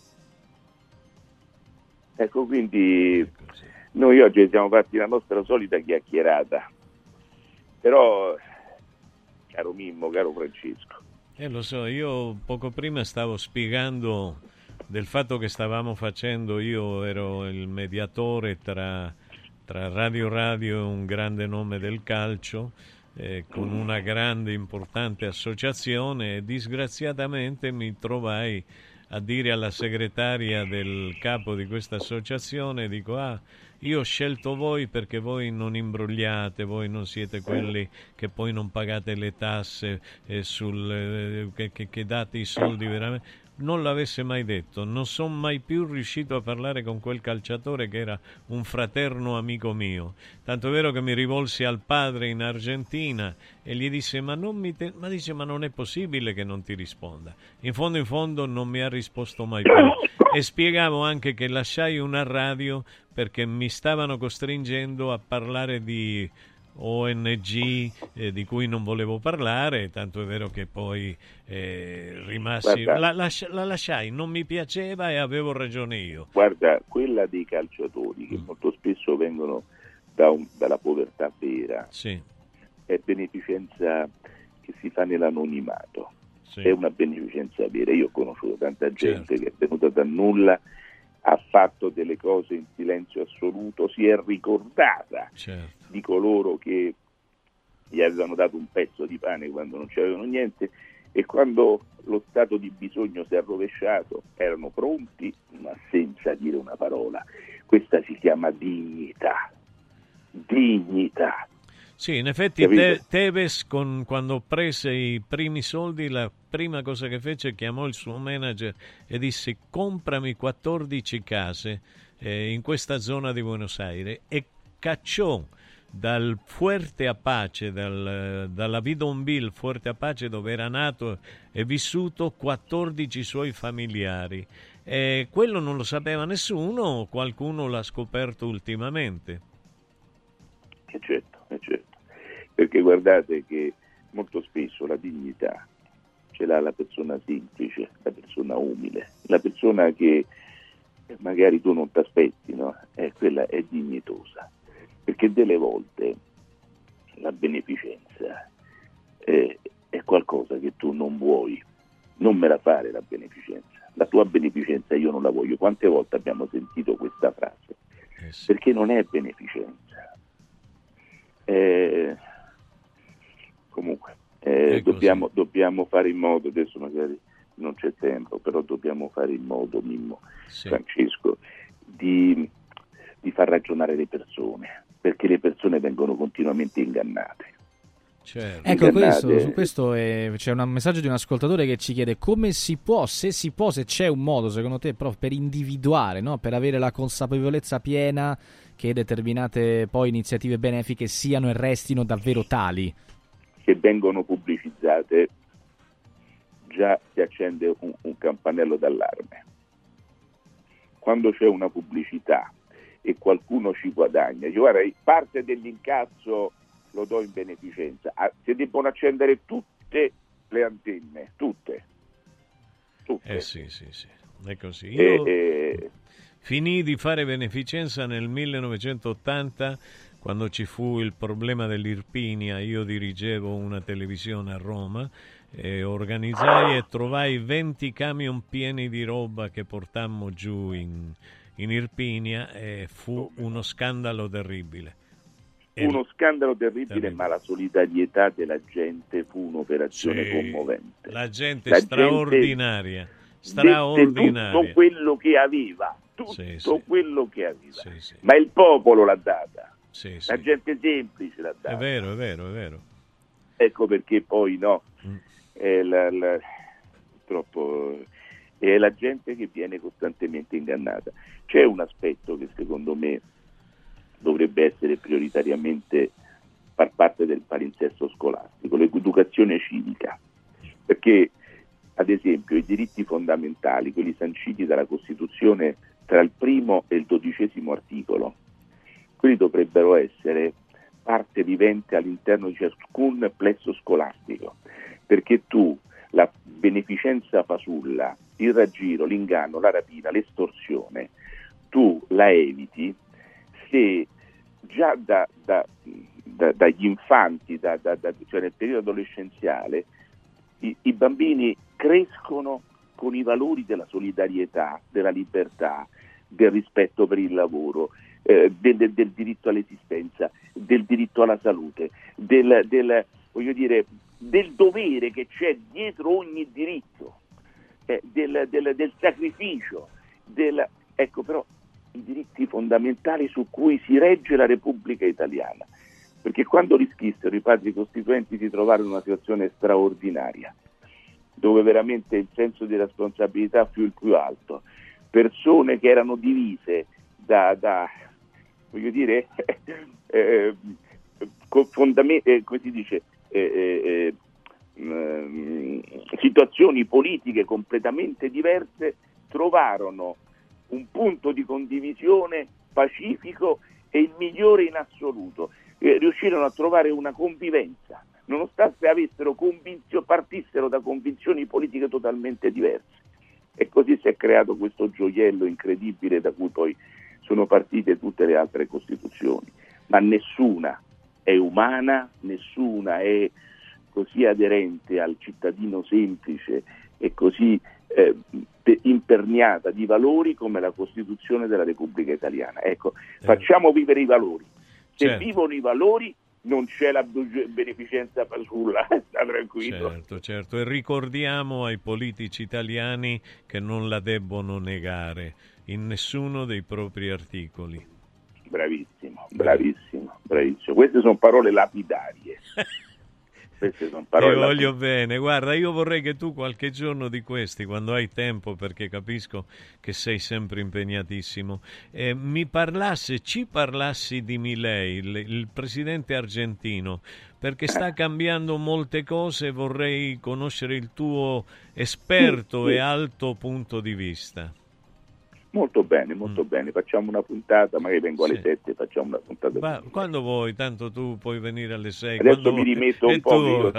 Ecco, quindi noi oggi siamo fatti la nostra solita chiacchierata, però caro Mimmo, caro Francesco, lo so, io poco prima stavo spiegando del fatto che stavamo facendo, io ero il mediatore tra Radio e un grande nome del calcio, con una grande importante associazione, e disgraziatamente mi trovai a dire alla segretaria del capo di questa associazione, dico: io ho scelto voi perché voi non imbrogliate, voi non siete quelli che poi non pagate le tasse che date i soldi veramente. Non l'avesse mai detto, non sono mai più riuscito a parlare con quel calciatore che era un fraterno amico mio. Tanto è vero che mi rivolsi al padre in Argentina e gli disse: ma non è possibile che non ti risponda. In fondo non mi ha risposto mai più. E spiegavo anche che lasciai una radio perché mi stavano costringendo a parlare di ONG di cui non volevo parlare, tanto è vero che poi rimassi, la lasciai, non mi piaceva e avevo ragione io. Guarda, quella dei calciatori che molto spesso vengono dalla povertà vera, sì, è beneficenza che si fa nell'anonimato, sì, è una beneficenza vera. Io ho conosciuto tanta gente che è venuta da nulla, ha fatto delle cose in silenzio assoluto, si è ricordata di coloro che gli avevano dato un pezzo di pane quando non c'avevano niente, e quando lo stato di bisogno si è rovesciato erano pronti, ma senza dire una parola. Questa si chiama dignità. Sì, in effetti Tevez quando prese i primi soldi, la prima cosa che fece, chiamò il suo manager e disse: comprami 14 case in questa zona di Buenos Aires, e cacciò dal Fuerte Apache, dalla Bidonville Fuerte Apache, dove era nato e vissuto, 14 suoi familiari. E quello non lo sapeva nessuno, qualcuno l'ha scoperto ultimamente. Certo. Perché guardate che molto spesso la dignità ce l'ha la persona semplice, la persona umile, la persona che magari tu non ti aspetti, no? Quella è dignitosa, perché delle volte la beneficenza è qualcosa che tu non vuoi, non me la fare la beneficenza, la tua beneficenza io non la voglio. Quante volte abbiamo sentito questa frase? Sì. Perché non è beneficenza. Comunque dobbiamo fare in modo, adesso magari non c'è tempo, però dobbiamo fare in modo, Mimmo, Francesco, di far ragionare le persone, perché le persone vengono continuamente ingannate. Certo. Ecco, su questo c'è un messaggio di un ascoltatore che ci chiede come si può, se c'è un modo secondo te proprio per individuare, no? Per avere la consapevolezza piena che determinate poi iniziative benefiche siano e restino davvero tali. Che vengono pubblicizzate, già si accende un campanello d'allarme. Quando c'è una pubblicità e qualcuno ci guadagna, guarda, parte dell'incasso lo do in beneficenza, si debbono accendere tutte le antenne, tutte. Sì, è così. Io finì di fare beneficenza nel 1980, quando ci fu il problema dell'Irpinia. Io dirigevo una televisione a Roma e organizzai e trovai 20 camion pieni di roba che portammo giù in Irpinia, e fu uno scandalo terribile. Uno scandalo terribile, ma la solidarietà della gente fu un'operazione commovente. La gente straordinaria. Tutto quello che aveva, quello che aveva. Ma il popolo l'ha data. La gente semplice l'ha data. È vero. Ecco perché poi purtroppo è la gente che viene costantemente ingannata. C'è un aspetto che secondo me dovrebbe essere prioritariamente far parte del palinsesto scolastico, l'educazione civica, perché ad esempio i diritti fondamentali, quelli sanciti dalla Costituzione tra il primo e il 12° articolo, quelli dovrebbero essere parte vivente all'interno di ciascun plesso scolastico, perché tu la beneficenza fasulla, il raggiro, l'inganno, la rapina, l'estorsione, tu la eviti se già dagli infanti, cioè nel periodo adolescenziale, i bambini crescono con i valori della solidarietà, della libertà, del rispetto per il lavoro, del diritto all'esistenza, del diritto alla salute, del dovere che c'è dietro ogni diritto. del sacrificio, ecco, però i diritti fondamentali su cui si regge la Repubblica Italiana, perché quando rischissero i padri costituenti si trovarono in una situazione straordinaria, dove veramente il senso di responsabilità fu il più alto, persone che erano divise voglio dire, come si dice, situazioni politiche completamente diverse, trovarono un punto di condivisione pacifico e il migliore in assoluto. Riuscirono a trovare una convivenza, nonostante partissero da convinzioni politiche totalmente diverse. E così si è creato questo gioiello incredibile da cui poi sono partite tutte le altre Costituzioni. Ma nessuna è umana, nessuna è così aderente al cittadino semplice e così imperniata di valori come la Costituzione della Repubblica Italiana. Ecco, facciamo vivere i valori. Se vivono i valori non c'è la beneficenza fasulla, sta tranquillo. Certo, e ricordiamo ai politici italiani che non la debbono negare in nessuno dei propri articoli. Bravissimo. Queste sono parole lapidarie. Io voglio bene, guarda, io vorrei che tu qualche giorno di questi, quando hai tempo, perché capisco che sei sempre impegnatissimo, ci parlassi di Milei, il presidente argentino, perché sta cambiando molte cose e vorrei conoscere il tuo esperto e alto punto di vista. Molto bene, facciamo una puntata, magari vengo alle 7, facciamo una puntata. Ma quando vuoi, tanto tu puoi venire alle 6. Adesso mi rimetto un po'.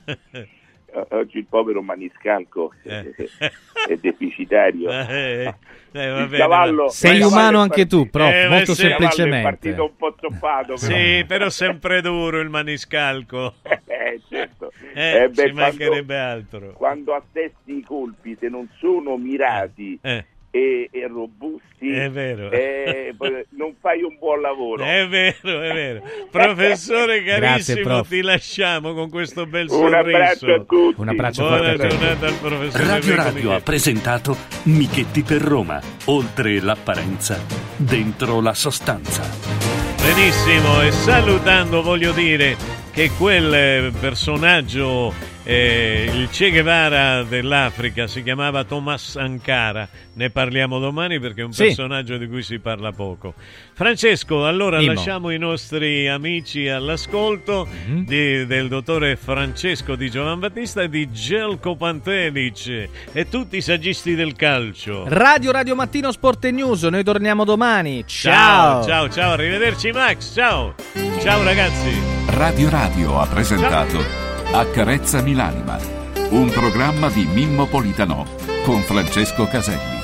Oggi il povero maniscalco è deficitario. Il cavallo, sei umano anche tu, prof, molto semplicemente. È partito un po' zoppato. Sì, però sempre duro il maniscalco. Certo. Ci mancherebbe altro. Quando attesti i colpi, se non sono mirati e robusti, è vero. Non fai un buon lavoro. È vero. Professore carissimo, grazie, ti lasciamo con questo bel sorriso. Un abbraccio a tutti. Un abbraccio Buona giornata al professore. Radio ha presentato Michetti per Roma. Oltre l'apparenza, dentro la sostanza. Benissimo, e salutando voglio dire che quel personaggio, il Che Guevara dell'Africa, si chiamava Thomas Sankara. Ne parliamo domani perché è un personaggio di cui si parla poco. Francesco, allora lasciamo i nostri amici all'ascolto del dottore Francesco Di Giovanbattista e di Željko Pantelic e tutti i saggisti del calcio. Radio Mattino Sport e News, noi torniamo domani. Ciao, arrivederci Max, ciao ragazzi. Radio ha presentato Accarezzami l'anima, un programma di Mimmo Politano con Francesco Caselli.